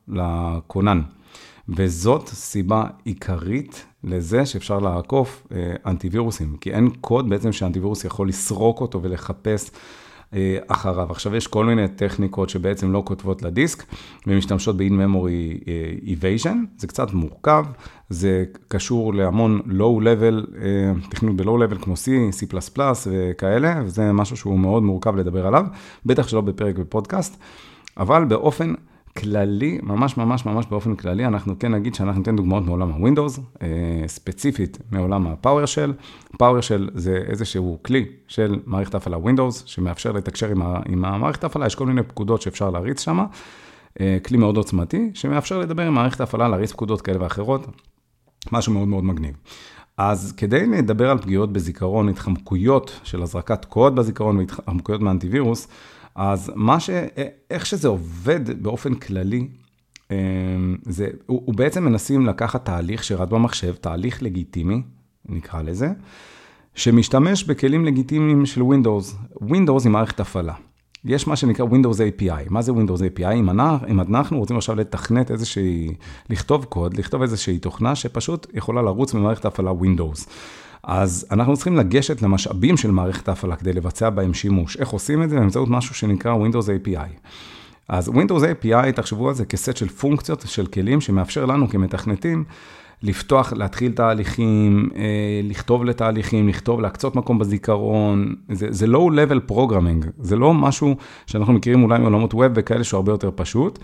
לכונן. וזאת סיבה עיקרית לזה שאפשר לעקוף אנטיווירוסים, כי אין קוד בעצם שאנטיווירוס יכול לסרוק אותו ולחפש אחריו. עכשיו יש כל מיני טכניקות שבעצם לא כותבות לדיסק, ומשתמשות ב-in-memory evasion, זה קצת מורכב, זה קשור להמון low-level, תכנות ב-low-level כמו C, C++ וכאלה, וזה משהו שהוא מאוד מורכב לדבר עליו, בטח שלא בפרק בפודקאסט, אבל באופן כללי, ממש באופן כללי, אנחנו כן נגיד שאנחנו ניתן דוגמאות מעולם ה-Windows, ספציפית מעולם ה-PowerShell. PowerShell זה איזשהו כלי של מערכת ההפעלה Windows, שמאפשר לתקשר עם המערכת ההפעלה, יש כל מיני פקודות שאפשר להריץ שם, כלי מאוד עוצמתי, שמאפשר לדבר עם מערכת ההפעלה, להריץ פקודות כאלה ואחרות, משהו מאוד מאוד מגניב. אז כדי לדבר על פגיעות בזיכרון, התחמקויות של הזרקת קוד בזיכרון והתחמקויות מאנטיווירוס, אז איך שזה עובד באופן כללי, הוא בעצם מנסים לקחת תהליך שרד במחשב, תהליך לגיטימי, נקרא לזה, שמשתמש בכלים לגיטימיים של Windows. Windows היא מערכת הפעלה. יש מה שנקרא Windows API. מה זה Windows API? אם אנחנו רוצים עכשיו לתכנת לכתוב קוד, לכתוב איזושהי תוכנה שפשוט יכולה לרוץ ממערכת ההפעלה Windows. אז אנחנו צריכים לגשת למשאבים של מערכת ההפעלה כדי לבצע בהם שימוש. איך עושים את זה? באמצעות משהו שנקרא Windows API. אז Windows API, תחשבו על זה כסט של פונקציות, של כלים, שמאפשר לנו כמתכנתים, לפתוח, להתחיל תהליכים, לכתוב לתהליכים, להקצות מקום בזיכרון. זה low-level programming, זה לא משהו שאנחנו מכירים אולי מעולמות ווב וכאלה שהוא הרבה יותר פשוט.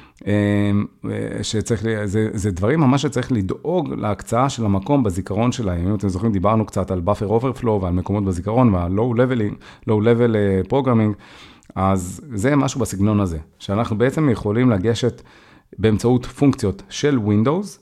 זה דברים ממש שצריך לדאוג להקצאה של המקום בזיכרון שלהם. אם אתם זוכרים, דיברנו קצת על buffer overflow ועל מקומות בזיכרון ועל low-level programming, אז זה משהו בסגנון הזה, שאנחנו בעצם יכולים לגשת באמצעות פונקציות של Windows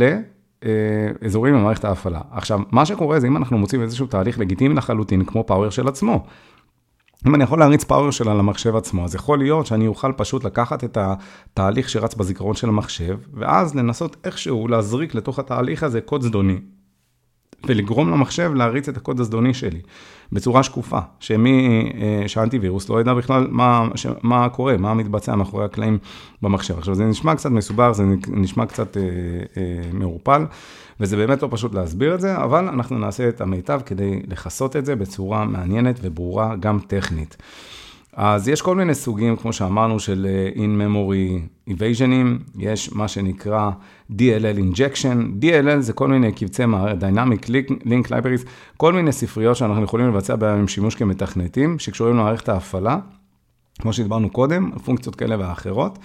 לאזורים במערכת ההפעלה. עכשיו, מה שקורה זה אם אנחנו מוצאים איזשהו תהליך לגיטימי לחלוטין, כמו PowerShell עצמו. אם אני יכול להריץ PowerShell על המחשב עצמו, אז יכול להיות שאני אוכל פשוט לקחת את התהליך שרץ בזיכרון של המחשב, ואז לנסות איכשהו להזריק לתוך התהליך הזה קוד זדוני, ולגרום למחשב להריץ את הקוד הזדוני שלי, בצורה שקופה, שהאנטיווירוס לא ידע בכלל מה קורה, מה מתבצע מאחורי הקלעים במחשב. עכשיו, זה נשמע קצת מסובך, זה נשמע קצת מעורפל, וזה באמת לא פשוט להסביר את זה, אבל אנחנו נעשה את המיטב כדי לחסות את זה בצורה מעניינת וברורה, גם טכנית. אז יש כל מיני סוגים, כמו שאמרנו, של in-memory evasion'ים, יש מה שנקרא DLL injection, DLL זה כל מיני קבצי Dynamic Link Libraries, כל מיני ספריות שאנחנו יכולים לבצע בהם שימוש כמתכנתים, שקשורים למערכת ההפעלה, כמו שדיברנו קודם, פונקציות כאלה ואחרות,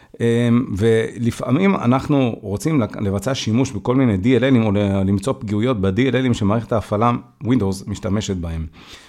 ולפעמים אנחנו רוצים לבצע שימוש בכל מיני DLL'ים, או למצוא פגיעויות ב-DLL'ים שמערכת ההפעלה Windows משתמשת בהם.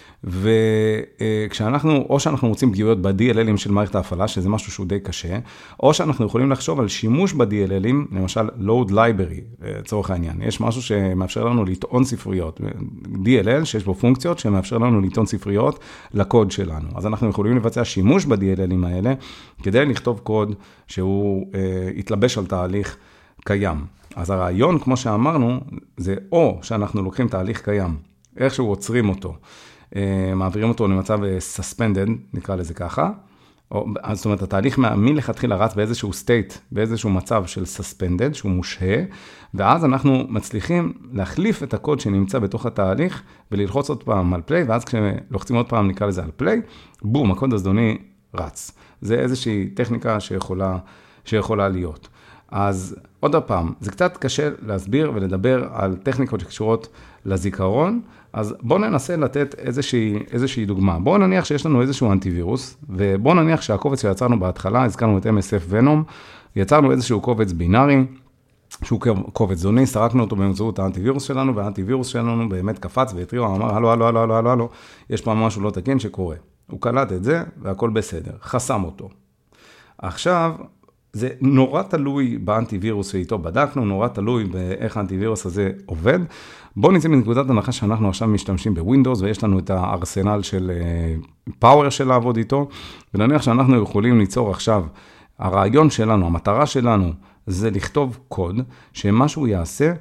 וכשאנחנו, או שאנחנו רוצים פגיעויות ב-DLL'ים של מערכת ההפעלה, שזה משהו שהוא די קשה, או שאנחנו יכולים לחשוב על שימוש ב-DLL'ים, למשל load library, צורך העניין. יש משהו שמאפשר לנו לטעון ספריות, DLL שיש בו פונקציות שמאפשר לנו לטעון ספריות לקוד שלנו. אז אנחנו יכולים לבצע שימוש ב-DLL'ים האלה, כדי לכתוב קוד שהוא יתלבש על תהליך קיים. אז הרעיון, כמו שאמרנו, זה או שאנחנו לוקחים תהליך קיים, איכשהו עוצרים אותו, מעבירים אותו למצב suspended, נקרא לזה ככה, זאת אומרת, התהליך מלכתחילה רץ באיזשהו state, באיזשהו מצב של suspended, שהוא מושהה, ואז אנחנו מצליחים להחליף את הקוד שנמצא בתוך התהליך, וללחוץ עוד פעם על play, ואז כשלוחצים עוד פעם נקרא לזה על play, בום, הקוד הזדוני רץ. זה איזושהי טכניקה שיכולה להיות. אז עוד פעם, זה קצת קשה להסביר ולדבר על טכניקות שקשורות לזיכרון, אז בואו ננסה לתת איזושהי דוגמה. בואו נניח שיש לנו איזשהו אנטיווירוס, ובואו נניח שהקובץ שיצרנו בהתחלה, הזכרנו את MSF Venom, יצרנו איזשהו קובץ בינארי, שהוא קובץ זוני, סרקנו אותו באמצעות האנטיווירוס שלנו, והאנטיווירוס שלנו באמת קפץ והטריע, אמר, הלו, יש פה משהו לא תקין שקורה. הוא קלט את זה, והכל בסדר, חסם אותו. עכשיו, זה נורא תלוי באנטיווירוס שאיתו בדקנו, נורא תלוי באיך האנטיווירוס הזה עובד. בואו נצא מנקודת הנחה שאנחנו עכשיו משתמשים בווינדוס, ויש לנו את הארסנל של PowerShell לעבוד איתו, ונניח שאנחנו יכולים ליצור עכשיו, הרעיון שלנו, המטרה שלנו, זה לכתוב קוד, שמה שהוא יעשה,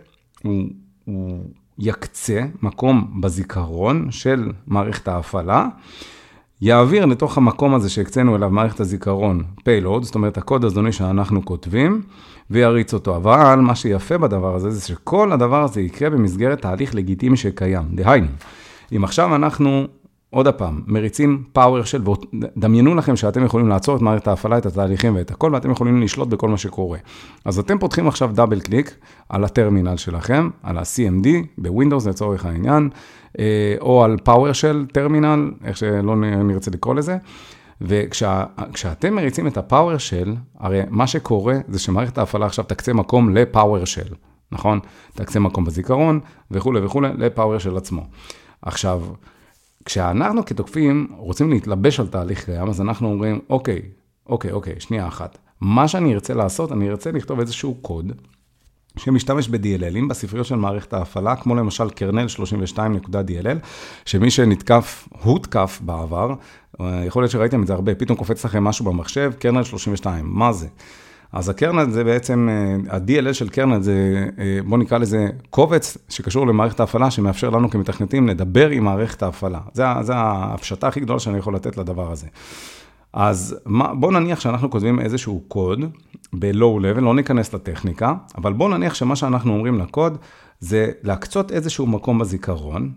הוא יקצה מקום בזיכרון של מערכת ההפעלה, יעביר לתוך המקום הזה שהקצינו אליו מערכת הזיכרון payload, זאת אומרת הקוד הזדוני שאנחנו כותבים, ויריץ אותו. אבל מה שיפה בדבר הזה, זה שכל הדבר הזה יקרה במסגרת תהליך לגיטימי שקיים. דהיינו, אם עכשיו אנחנו עוד הפעם, מריצים PowerShell, ודמיינו לכם שאתם יכולים לעצור את מערכת ההפעלה, את התהליכים ואת הכל, ואתם יכולים לשלוט בכל מה שקורה. אז אתם פותחים עכשיו דאבל קליק על הטרמינל שלכם, על ה-CMD, בווינדוס לצורך העניין, או על PowerShell טרמינל, איך שלא נרצה לקרוא לזה, וכשאתם מריצים את ה-PowerShell, הרי מה שקורה זה שמערכת ההפעלה עכשיו תקצה מקום ל-PowerShell, נכון? תקצה מקום בזיכרון וכו' וכו', ל-PowerShell עצמו. עכשיו, כשאנחנו כתוקפים רוצים להתלבש על תהליך קיים, אז אנחנו אומרים, אוקיי, שנייה אחת. מה שאני ארצה לעשות, אני ארצה לכתוב איזשהו קוד, שמשתמש ב-DLLים בספריות של מערכת ההפעלה, כמו למשל קרנל 32.DLL, שמי שנתקף, הותקף בעבר, יכול להיות שראיתם את זה הרבה, פתאום קופץ לכם משהו במחשב, קרנל 32, מה זה? אז הקרנל זה בעצם, ה-DLL של קרנל זה, בוא נקרא לזה קובץ שקשור למערכת ההפעלה, שמאפשר לנו כמתכנתים לדבר עם מערכת ההפעלה. זה הפשטה הכי גדולה שאני יכול לתת לדבר הזה. אז בוא נניח שאנחנו כותבים איזשהו קוד ב-low level, לא ניכנס לטכניקה, אבל בוא נניח שמה שאנחנו אומרים לקוד, זה להקצות איזשהו מקום בזיכרון,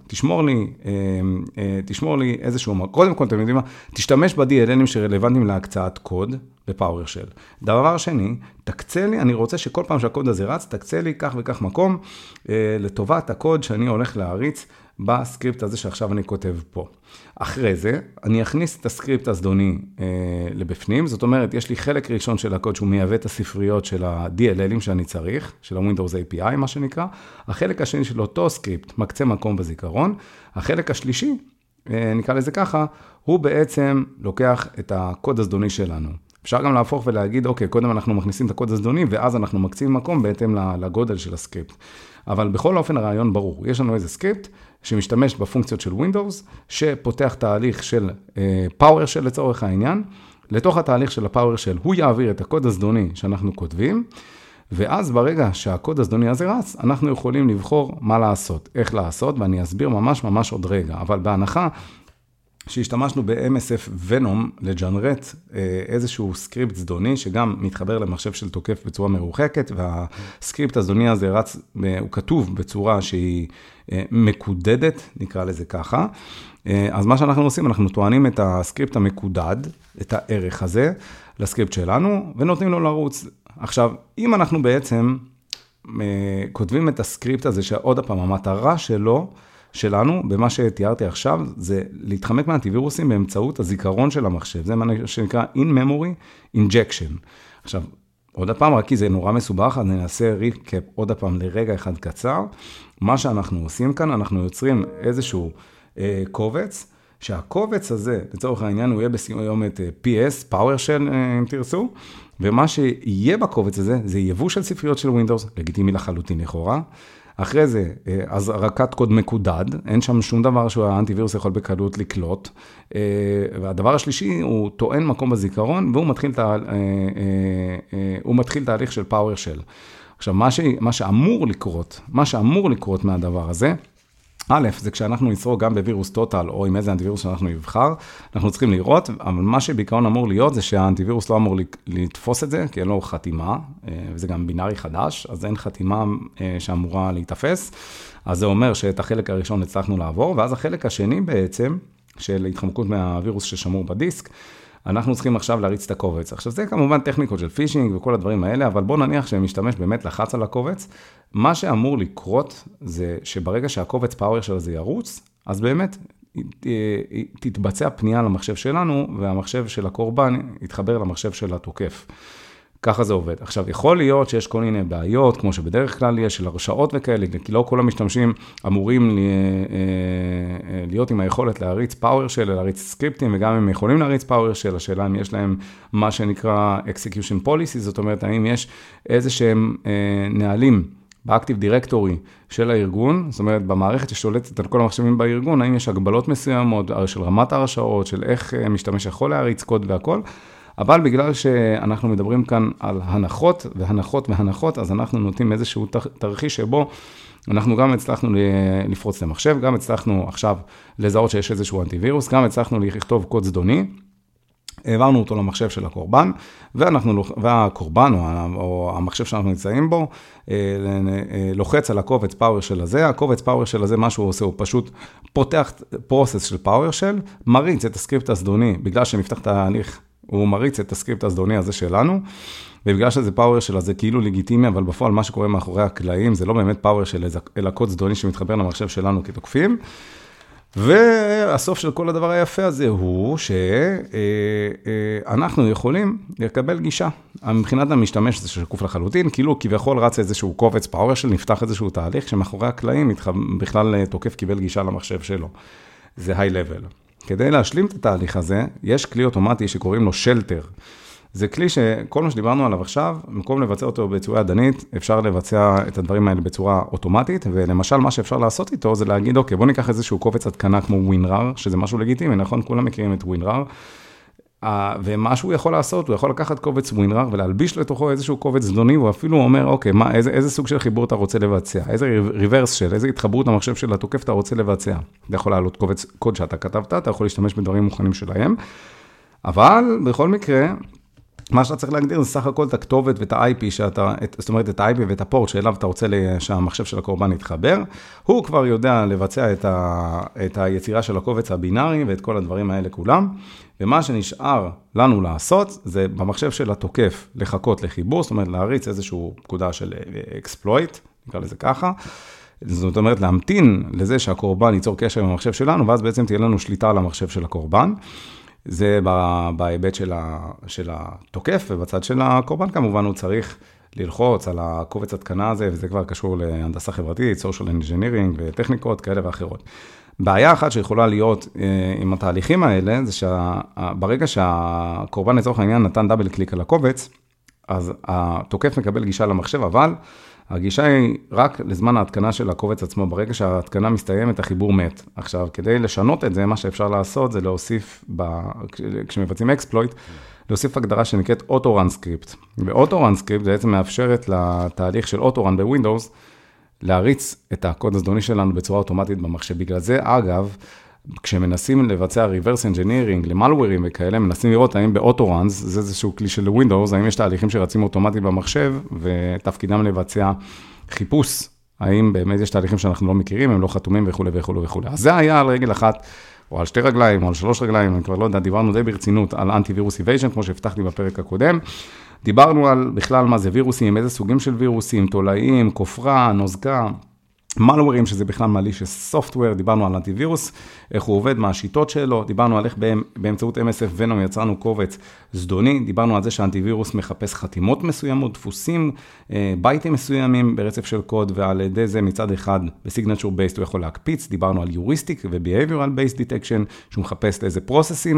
תשמור לי איזשהו מקום, קודם כל, אתם יודעים מה, תשתמש ב-DLLים שרלוונטיים להקצאת קוד ב-PowerShell. דבר שני, תקצה לי, אני רוצה שכל פעם שהקוד הזה רץ, תקצה לי כך וכך מקום, לטובת הקוד שאני הולך להריץ בסקריפט הזה שעכשיו אני כותב פה. אחרי זה, אני אכניס את הסקריפט הזדוני לבפנים, זאת אומרת, יש לי חלק ראשון של הקוד שהוא מייבא את הספריות של ה-DLLים שאני צריך, של ה-Windows API, מה שנקרא. החלק השני של אותו סקריפט מקצה מקום בזיכרון. החלק השלישי, נקרא לזה ככה, הוא בעצם לוקח את הקוד הזדוני שלנו. אפשר גם להפוך ולהגיד, אוקיי, קודם אנחנו מכניסים את הקוד הזדוני, ואז אנחנו מקצים מקום בהתאם לגודל של הסקריפט. אבל בכל אופן הרעיון ברור. יש לנו איזה סקריפט שמשתמש בפונקציות של Windows, שפותח תהליך של PowerShell לצורך העניין. לתוך התהליך של ה-PowerShell הוא יעביר את הקוד הזדוני שאנחנו כותבים, ואז ברגע שהקוד הזדוני הזה רץ, אנחנו יכולים לבחור מה לעשות, איך לעשות, ואני אסביר ממש עוד רגע. אבל בהנחה שהשתמשנו ב-MSF Venom לג'נרט איזשהו סקריפט זדוני, שגם מתחבר למחשב של תוקף בצורה מרוחקת, והסקריפט הזדוני הזה רץ, הוא כתוב בצורה שהיא מקודדת, נקרא לזה ככה. אז מה שאנחנו עושים, אנחנו טוענים את הסקריפט המקודד, את הערך הזה, לסקריפט שלנו, ונותנים לו לרוץ. עכשיו, אם אנחנו בעצם כותבים את הסקריפט הזה, שעוד הפעם, המטרה שלנו, במה שתיארתי עכשיו, זה להתחמק מהאנטיווירוסים באמצעות הזיכרון של המחשב. זה מה שנקרא in-memory injection. עכשיו, עוד הפעם, רק כי זה נורא מסובך, אז ננסה ריקאפ עוד הפעם לרגע אחד קצר. מה שאנחנו עושים כאן, אנחנו יוצרים איזשהו קובץ, שהקובץ הזה, לצורך העניין, הוא יהיה בסיומת PS, PowerShell, אם תרצו, ומה שיהיה בקובץ הזה, זה יבוא של ספריות של Windows, לגיטימי לחלוטין לכאורה. אחרי זה, אז רקת קוד מקודד, אין שם שום דבר שהאנטיווירוס יכול בקלות לקלוט, והדבר השלישי הוא טוען מקום בזיכרון, והוא מתחיל תהליך של PowerShell. עכשיו, מה שאמור לקרות מהדבר הזה, א', זה כשאנחנו נצרוך גם בווירוס טוטל, או עם איזה אנטיווירוס שאנחנו נבחר, אנחנו צריכים לראות, אבל מה שבעיקרון אמור להיות, זה שהאנטיווירוס לא אמור לתפוס את זה, כי אין לו חתימה, וזה גם בינארי חדש, אז אין חתימה שאמורה להתאפס, אז זה אומר שאת החלק הראשון הצלחנו לעבור, ואז החלק השני בעצם, של התחמקות מהווירוס ששמור בדיסק, אנחנו צריכים עכשיו להריץ את הקובץ. עכשיו זה כמובן טכניקות של פישינג וכל הדברים האלה, אבל בוא נניח שמשתמש באמת לחץ על הקובץ, מה שאמור לקרות זה שברגע שהקובץ PowerShell הזה ירוץ, אז באמת תתבצע פנייה למחשב שלנו, והמחשב של הקורבן יתחבר למחשב של התוקף. ככה זה עובד. עכשיו, יכול להיות שיש כל מיני בעיות, כמו שבדרך כלל יש של הרשאות וכאלה, כי לא כל המשתמשים אמורים להיות עם היכולת להריץ PowerShell, להריץ סקריפטים, וגם הם יכולים להריץ PowerShell, השאלה אם יש להם מה שנקרא Execution Policy, זאת אומרת, האם יש איזה שהם נהלים באקטיב דירקטורי של הארגון, זאת אומרת, במערכת ששולטת על כל המחשבים בארגון, האם יש הגבלות מסוימות של רמת הרשאות, של איך משתמש יכול להריץ קוד והכל, אבל בגלל שאנחנו מדברים כאן על הנחות והנחות והנחות, אז אנחנו נותנים איזשהו תרחיש שבו אנחנו גם הצלחנו לפרוץ למחשב, גם הצלחנו עכשיו לזהות שיש איזשהו אנטיווירוס, גם הצלחנו לכתוב קוד זדוני, העברנו אותו למחשב של הקורבן, והקורבן או המחשב שאנחנו נמצאים בו, לוחץ על הקובץ PowerShell הזה, הקובץ PowerShell הזה, מה שהוא עושה, הוא פשוט פותח פרוסס של PowerShell, מריץ את הסקריפט הזדוני, בגלל שנפתח את ההליך, הוא מריץ את הסקריפט הזדוני הזה שלנו, ובגלל שזה PowerShell הזה כאילו לגיטימי, אבל בפועל מה שקורה מאחורי הקלעים, זה לא באמת PowerShell, אלא קוד זדוני שמתחבר למחשב שלנו כתוקפים, והסוף של כל הדבר היפה הזה הוא שאנחנו יכולים לקבל גישה. מבחינת המשתמש זה שקוף לחלוטין, כאילו כביכול רץ איזשהו קובץ PowerShell, נפתח איזשהו תהליך שמאחורי הקלעים בכלל תוקף קיבל גישה למחשב שלו. זה high level. כדי להשלים את התהליך הזה, יש כלי אוטומטי שקוראים לו Shelter. זה כלי שכל מה שדיברנו עליו עכשיו, במקום לבצע אותו בצורה ידנית, אפשר לבצע את הדברים האלה בצורה אוטומטית, ולמשל מה שאפשר לעשות איתו זה להגיד, אוקיי, בוא ניקח איזשהו קובץ התקנה כמו WinRAR, שזה משהו לגיטימי, נכון? כולם מכירים את WinRAR, ומה שהוא יכול לעשות, הוא יכול לקחת קובץ WinRAR ולהלביש לתוכו איזשהו קובץ זדוני, הוא אפילו אומר, אוקיי, איזה סוג של חיבור אתה רוצה לבצע, איזה reverse של, איזה התחברות המחשב של התוקף אתה רוצה לבצע. אתה יכול לעלות קובץ קוד שאתה כתבת, אתה יכול להשתמש בדברים מוכנים שלהם, אבל בכל מקרה, מה שאתה צריך להגדיר זה סך הכל את הכתובת ואת ה-IP זאת אומרת את ה-IP ואת הפורט שאליו אתה רוצה שהמחשב של הקורבן יתחבר, הוא כבר יודע לבצע את היצירה של הקובץ הבינארי ואת כל הדברים האלה כולם, ומה שנשאר לנו לעשות זה במחשב של התוקף לחכות לחיבור, זאת אומרת להריץ איזשהו פקודה של exploit, נקרא לזה ככה, זאת אומרת להמתין לזה שהקורבן ייצור קשר עם המחשב שלנו, ואז בעצם תהיה לנו שליטה על המחשב של הקורבן, זה בהיבט של התוקף, ובצד של הקורבן כמובן הוא צריך ללחוץ על הקובץ התקנה הזה, וזה כבר קשור להנדסה חברתית, social engineering וטכניקות כאלה ואחרות. בעיה אחת שיכולה להיות עם התהליכים האלה, זה שברגע שהקורבן לצורך העניין נתן דאבל קליק על הקובץ, אז התוקף מקבל גישה למחשב, אבל הגישה היא רק לזמן ההתקנה של הקובץ עצמו, ברגע שההתקנה מסתיימת, החיבור מת. עכשיו, כדי לשנות את זה, מה שאפשר לעשות זה להוסיף, כשמבצעים אקספלויט, להוסיף הגדרה שנקראת Autorun Script. ו-Autorun Script בעצם מאפשרת לתהליך של Autorun בווינדוס, להריץ את הקוד הזדוני שלנו בצורה אוטומטית במחשב. בגלל זה, אגב, כשמנסים לבצע reverse engineering למלוורים וכאלה, מנסים לראות האם ב-Autorun, זה איזשהו כלי של ווינדוס, האם יש תהליכים שרצים אוטומטית במחשב, ותפקידם לבצע חיפוש, האם באמת יש תהליכים שאנחנו לא מכירים, הם לא חתומים וכו' וכו' וכו'. אז זה היה על רגל אחת, או על 2 רגליים, או על 3 רגליים, אני כבר לא יודע, דיברנו די ברצינות על אנטי-וירוס איבייז'ן, כמו שהבטחתי בפרק הקודם. דיברנו על בכלל מה זה וירוסים, איזה סוגים של וירוסים, תולעים, כופרה, נוזקה, מלוורים, שזה בכלל מלישיוס סופטוור, דיברנו על אנטיווירוס, איך הוא עובד, מה השיטות שלו, דיברנו על איך באמצעות MSF Venom יצרנו קובץ זדוני, דיברנו על זה שהאנטיווירוס מחפש חתימות מסוימות, דפוסים, בייטים מסוימים ברצף של קוד, ועל ידי זה מצד אחד בסיגנצ'ור בייסט הוא יכול להקפיץ, דיברנו על יוריסטיק ו-Behavioral Based Detection, שהוא מחפש לאיזה פרוססים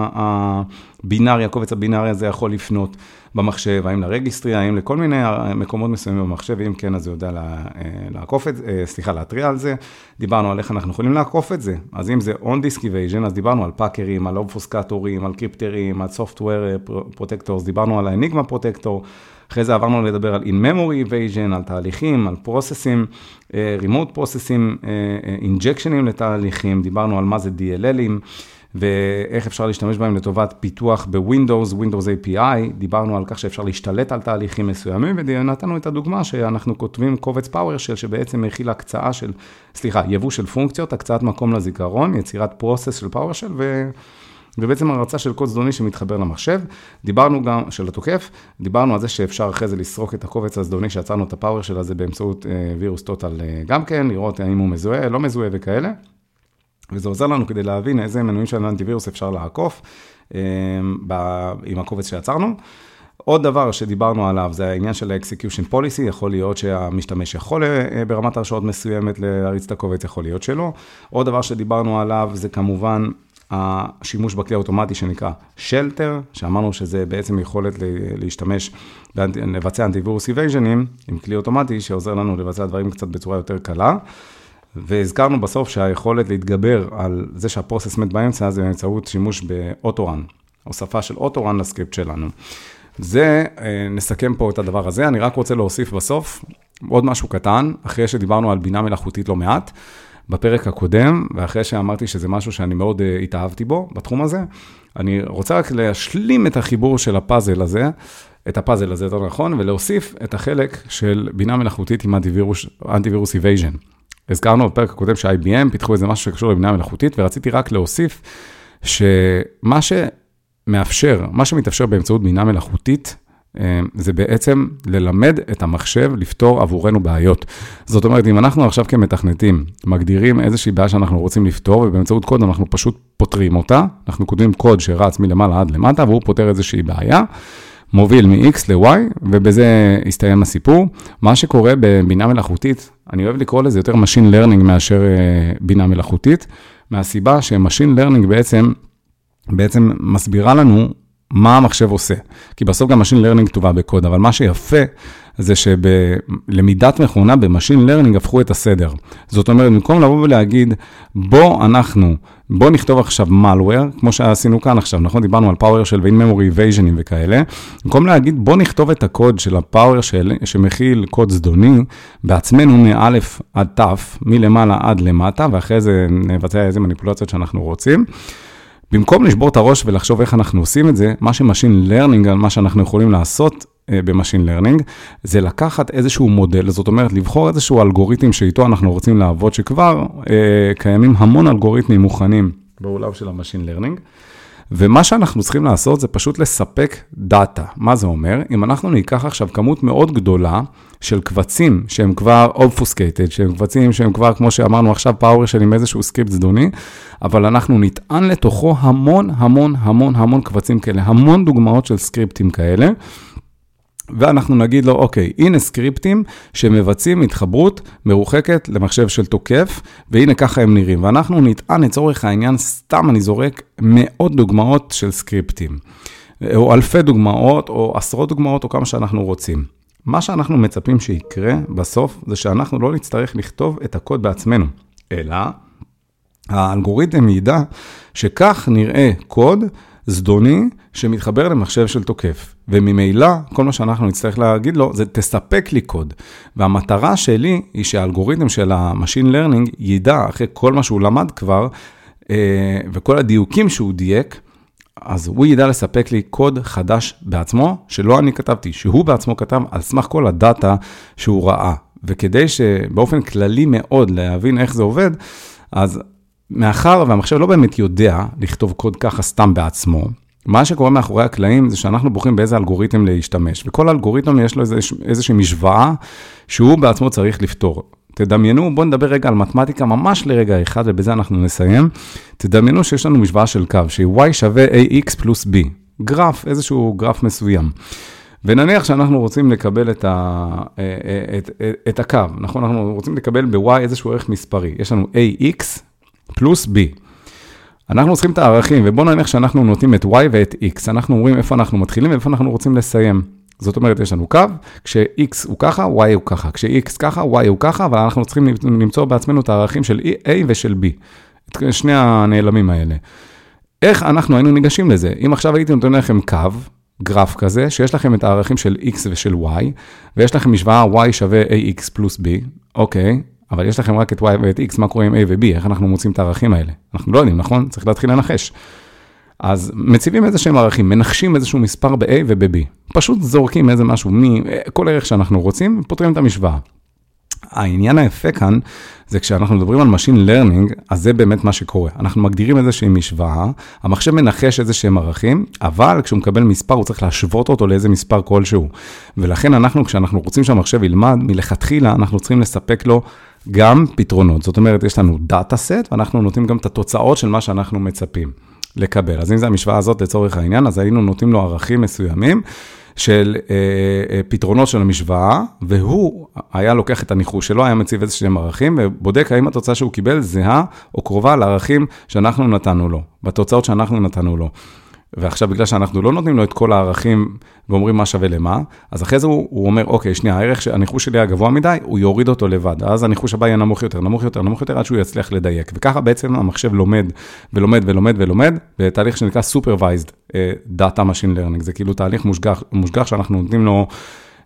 הבינארי, הקובץ הבינארי הזה יכול לפנות במחשב, האם לרגיסטרי, האם לכל מיני מקומות מסוימים במחשב, ואם כן, אז הוא יודע לעקוף את זה, להתריע על זה. דיברנו על איך אנחנו יכולים לעקוף את זה. אז אם זה on-disk evasion, אז דיברנו על פאקרים, על אובפוסקטורים, על קריפטרים, על software protectors, דיברנו על ה-Enigma protector, אחרי זה עברנו לדבר על in-memory evasion, על תהליכים, על פרוססים, remote processing, injectionים לתהליכים, דיברנו על מה זה DLLים, ואיך אפשר להשתמש בהם לטובת פיתוח בווינדוס, Windows API, דיברנו על כך שאפשר להשתלט על תהליכים מסוימים, ונתנו את הדוגמה שאנחנו כותבים קובץ PowerShell, שבעצם מכיל הקצאה של, יבוא של פונקציות, הקצאת מקום לזיכרון, יצירת פרוסס של PowerShell, ובעצם הרצה של קוד זדוני שמתחבר למחשב. דיברנו גם, של התוקף, דיברנו על זה שאפשר אחרי זה לסרוק את הקובץ הזדוני, שיצרנו את הפאוורשל הזה באמצעות וירוס טוטל גם כן, לראות האם הוא מזוהה, לא מזוהה וכאלה. וזה עוזר לנו כדי להבין איזה מנועים של אנטיווירוס אפשר לעקוף עם הקובץ שיצרנו. עוד דבר שדיברנו עליו זה העניין של ה-execution policy, יכול להיות שהמשתמש יכול ברמת הרשאות מסוימת להריץ את הקובץ, יכול להיות שלא. עוד דבר שדיברנו עליו זה כמובן השימוש בכלי האוטומטי שנקרא Shelter, שאמרנו שזה בעצם יכולת להשתמש, לבצע אנטיווירוס איבייז'נים עם כלי אוטומטי שעוזר לנו לבצע דברים קצת בצורה יותר קלה. והזכרנו בסוף שהיכולת להתגבר על זה שהפרוסס מת באמצע, זה באמצעות שימוש באוטורן, הוספה של אוטורן לסקריפט שלנו. זה, נסכם פה את הדבר הזה, אני רק רוצה להוסיף בסוף, עוד משהו קטן, אחרי שדיברנו על בינה מלאכותית לא מעט, בפרק הקודם, ואחרי שאמרתי שזה משהו שאני מאוד התאהבתי בו, בתחום הזה, אני רוצה רק להשלים את החיבור של הפאזל הזה, את הפאזל הזה, יותר נכון, ולהוסיף את החלק של בינה מלאכותית עם אנטיווירוס איבייז'ן. הזכרנו בפרק הקודם ש-IBM פיתחו איזה משהו שקשור לבינה מלאכותית, ורציתי רק להוסיף שמה שמתאפשר באמצעות בינה מלאכותית, זה בעצם ללמד את המחשב לפתור עבורנו בעיות. זאת אומרת, אם אנחנו עכשיו כמתכנתים מגדירים איזושהי בעיה שאנחנו רוצים לפתור, ובאמצעות קוד אנחנו פשוט פותרים אותה, אנחנו כותבים קוד שרץ מלמעלה עד למטה, והוא פותר איזושהי בעיה, מוביל מ-X ל-Y, ובזה הסתיים הסיפור. מה שקורה בבינה מלאכותית, אני אוהב לקרוא לזה יותר Machine Learning מאשר בינה מלאכותית, מהסיבה ש-Machine Learning בעצם מסבירה לנו מה המחשב עושה. כי בסוף גם Machine Learning כתובה בקוד, אבל מה שיפה זה שבלמידת מכונה ב-Machine Learning הפכו את הסדר. זאת אומרת, במקום לבוא ולהגיד, בוא נכתוב עכשיו malware, כמו שעשינו כאן עכשיו, נכון? דיברנו על power של in-memory evasion וכאלה. במקום להגיד, בוא נכתוב את הקוד של ה-power שמכיל קוד זדוני, בעצמנו מאלף עד תף, מלמעלה עד למטה, ואחרי זה נבצע איזה מניפולציות שאנחנו רוצים. במקום לשבור את הראש ולחשוב איך אנחנו עושים את זה, מה ש-Machine Learning, מה שאנחנו יכולים לעשות ב-Machine Learning, זה לקחת איזשהו מודל, זאת אומרת, לבחור איזשהו אלגוריתם שאיתו אנחנו רוצים לעבוד, שכבר קיימים המון אלגוריתמים מוכנים בעולם של ה-Machine Learning, ומה שאנחנו צריכים לעשות זה פשוט לספק דאטה. מה זה אומר? אם אנחנו ניקח עכשיו כמות מאוד גדולה של קבצים שהם כבר obfuscated, שהם קבצים שהם כבר, כמו שאמרנו עכשיו, PowerShell עם איזשהו סקריפט זדוני, אבל אנחנו נטען לתוכו המון קבצים כאלה, המון דוגמאות של סקריפטים כאלה, ואנחנו נגיד לו, אוקיי, הנה סקריפטים שמבצעים התחברות מרוחקת למחשב של תוקף, והנה ככה הם נראים. ואנחנו נטען לצורך העניין, סתם אני זורק מאות דוגמאות של סקריפטים, או אלפי דוגמאות, או עשרות דוגמאות, או כמה שאנחנו רוצים. מה שאנחנו מצפים שיקרה בסוף, זה שאנחנו לא נצטרך לכתוב את הקוד בעצמנו, אלא האלגוריתם ידע שכך נראה קוד זדוני שמתחבר למחשב של תוקף. וממילא, כל מה שאנחנו נצטרך להגיד לו, זה תספק לי קוד. והמטרה שלי היא שהאלגוריתם של ה-Machine Learning ידע, אחרי כל מה שהוא למד כבר, וכל הדיוקים שהוא דייק, אז הוא ידע לספק לי קוד חדש בעצמו, שלא אני כתבתי, שהוא בעצמו כתב על סמך כל הדאטה שהוא ראה. וכדי שבאופן כללי מאוד להבין איך זה עובד, אז מאחר והמחשב לא באמת יודע לכתוב קוד ככה סתם בעצמו, מה שקורה מאחורי הקלעים זה שאנחנו בוחרים באיזה אלגוריתם להשתמש, וכל אלגוריתם יש לו איזושהי משוואה שהוא בעצמו צריך לפתור. תדמיינו, בואו נדבר רגע על מתמטיקה ממש לרגע אחד, ובזה אנחנו נסיים. תדמיינו שיש לנו משוואה של קו, שהיא y שווה ax פלוס b, גרף, איזשהו גרף מסוים. ונניח שאנחנו רוצים לקבל את הקו, נכון? אנחנו רוצים לקבל ב-y איזשהו ערך מספרי. יש לנו ax פלוס b. אנחנו צריכים את הערכים, ובואו נניח שאנחנו נותנים את y ואת x. אנחנו אומרים איפה אנחנו מתחילים ואיפה אנחנו רוצים לסיים. זאת אומרת, יש לנו קו, כש-x הוא ככה, y הוא ככה. כש-x ככה, y הוא ככה, אבל אנחנו צריכים למצוא בעצמנו את הערכים של a ושל b. את שני הנעלמים האלה. איך אנחנו היינו ניגשים לזה? אם עכשיו הייתי נותן לכם קו, גרף כזה, שיש לכם את הערכים של x ושל y, ויש לכם משוואה y שווה ax פלוס b, אוקיי, אבל יש לכם רק את y ואת x, מה קורה עם a ו-b? איך אנחנו מוצאים את הערכים האלה? אנחנו לא יודעים, נכון? צריך להתחיל לנחש. אז מציבים איזשהם ערכים, מנחשים איזשהו מספר ב-A וב-B. פשוט זורקים איזה משהו מכל ערך שאנחנו רוצים, פותרים את המשוואה. העניין היפה כאן, זה כשאנחנו מדברים על Machine Learning, אז זה באמת מה שקורה. אנחנו מגדירים איזושהי משוואה, המחשב מנחש איזשהם ערכים, אבל כשהוא מקבל מספר, הוא צריך להשוות אותו לאיזה מספר כלשהו. ולכן כשאנחנו רוצים שהמחשב ילמד, מלכתחילה אנחנו צריכים לספק לו גם פתרונות. זאת אומרת, יש לנו דאטה סט, ואנחנו נותנים גם את התוצאות של מה שאנחנו מצפים לקבל. אז אם זה המשוואה הזאת לצורך העניין, אז היינו נותנים לו ערכים מסוימים של פתרונות של המשוואה, והוא היה לוקח את הניחוש שלו, היה מציב איזשהם ערכים, ובודק האם התוצאה שהוא קיבל זהה או קרובה לערכים שאנחנו נתנו לו, בתוצאות שאנחנו נתנו לו. ועכשיו בגלל שאנחנו לא נותנים לו את כל הערכים ואומרים מה שווה למה, אז אחרי זה הוא אומר, אוקיי, שנייה, הערך שהניחוש שלי היה גבוה מדי, הוא יוריד אותו לבד. אז הניחוש הבא יהיה נמוך יותר, עד שהוא יצליח לדייק. וככה בעצם המחשב לומד, בתהליך שנקרא Supervised Data Machine Learning. זה כאילו תהליך מושגח שאנחנו נותנים לו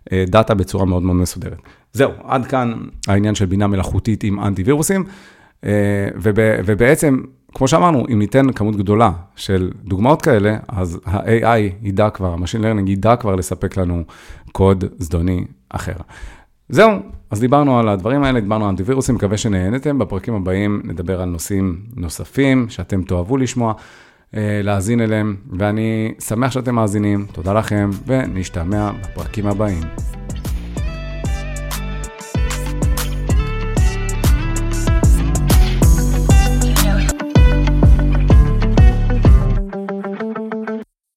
דאטה בצורה מאוד מאוד מסודרת. זהו, עד כאן העניין של בינה מלאכותית עם אנטי-וירוסים, ובעצם, כמו שאמרנו, אם ניתן כמות גדולה של דוגמאות כאלה, אז ה-AI ידע כבר, ה-Machine Learning ידע כבר לספק לנו קוד זדוני אחר. זהו, אז דיברנו על הדברים האלה, דיברנו על אנטי-וירוסים, מקווה שנהנתם. בפרקים הבאים נדבר על נושאים נוספים שאתם תאהבו לשמוע, להאזין אליהם, ואני שמח שאתם מאזינים. תודה לכם, ונשתמע בפרקים הבאים.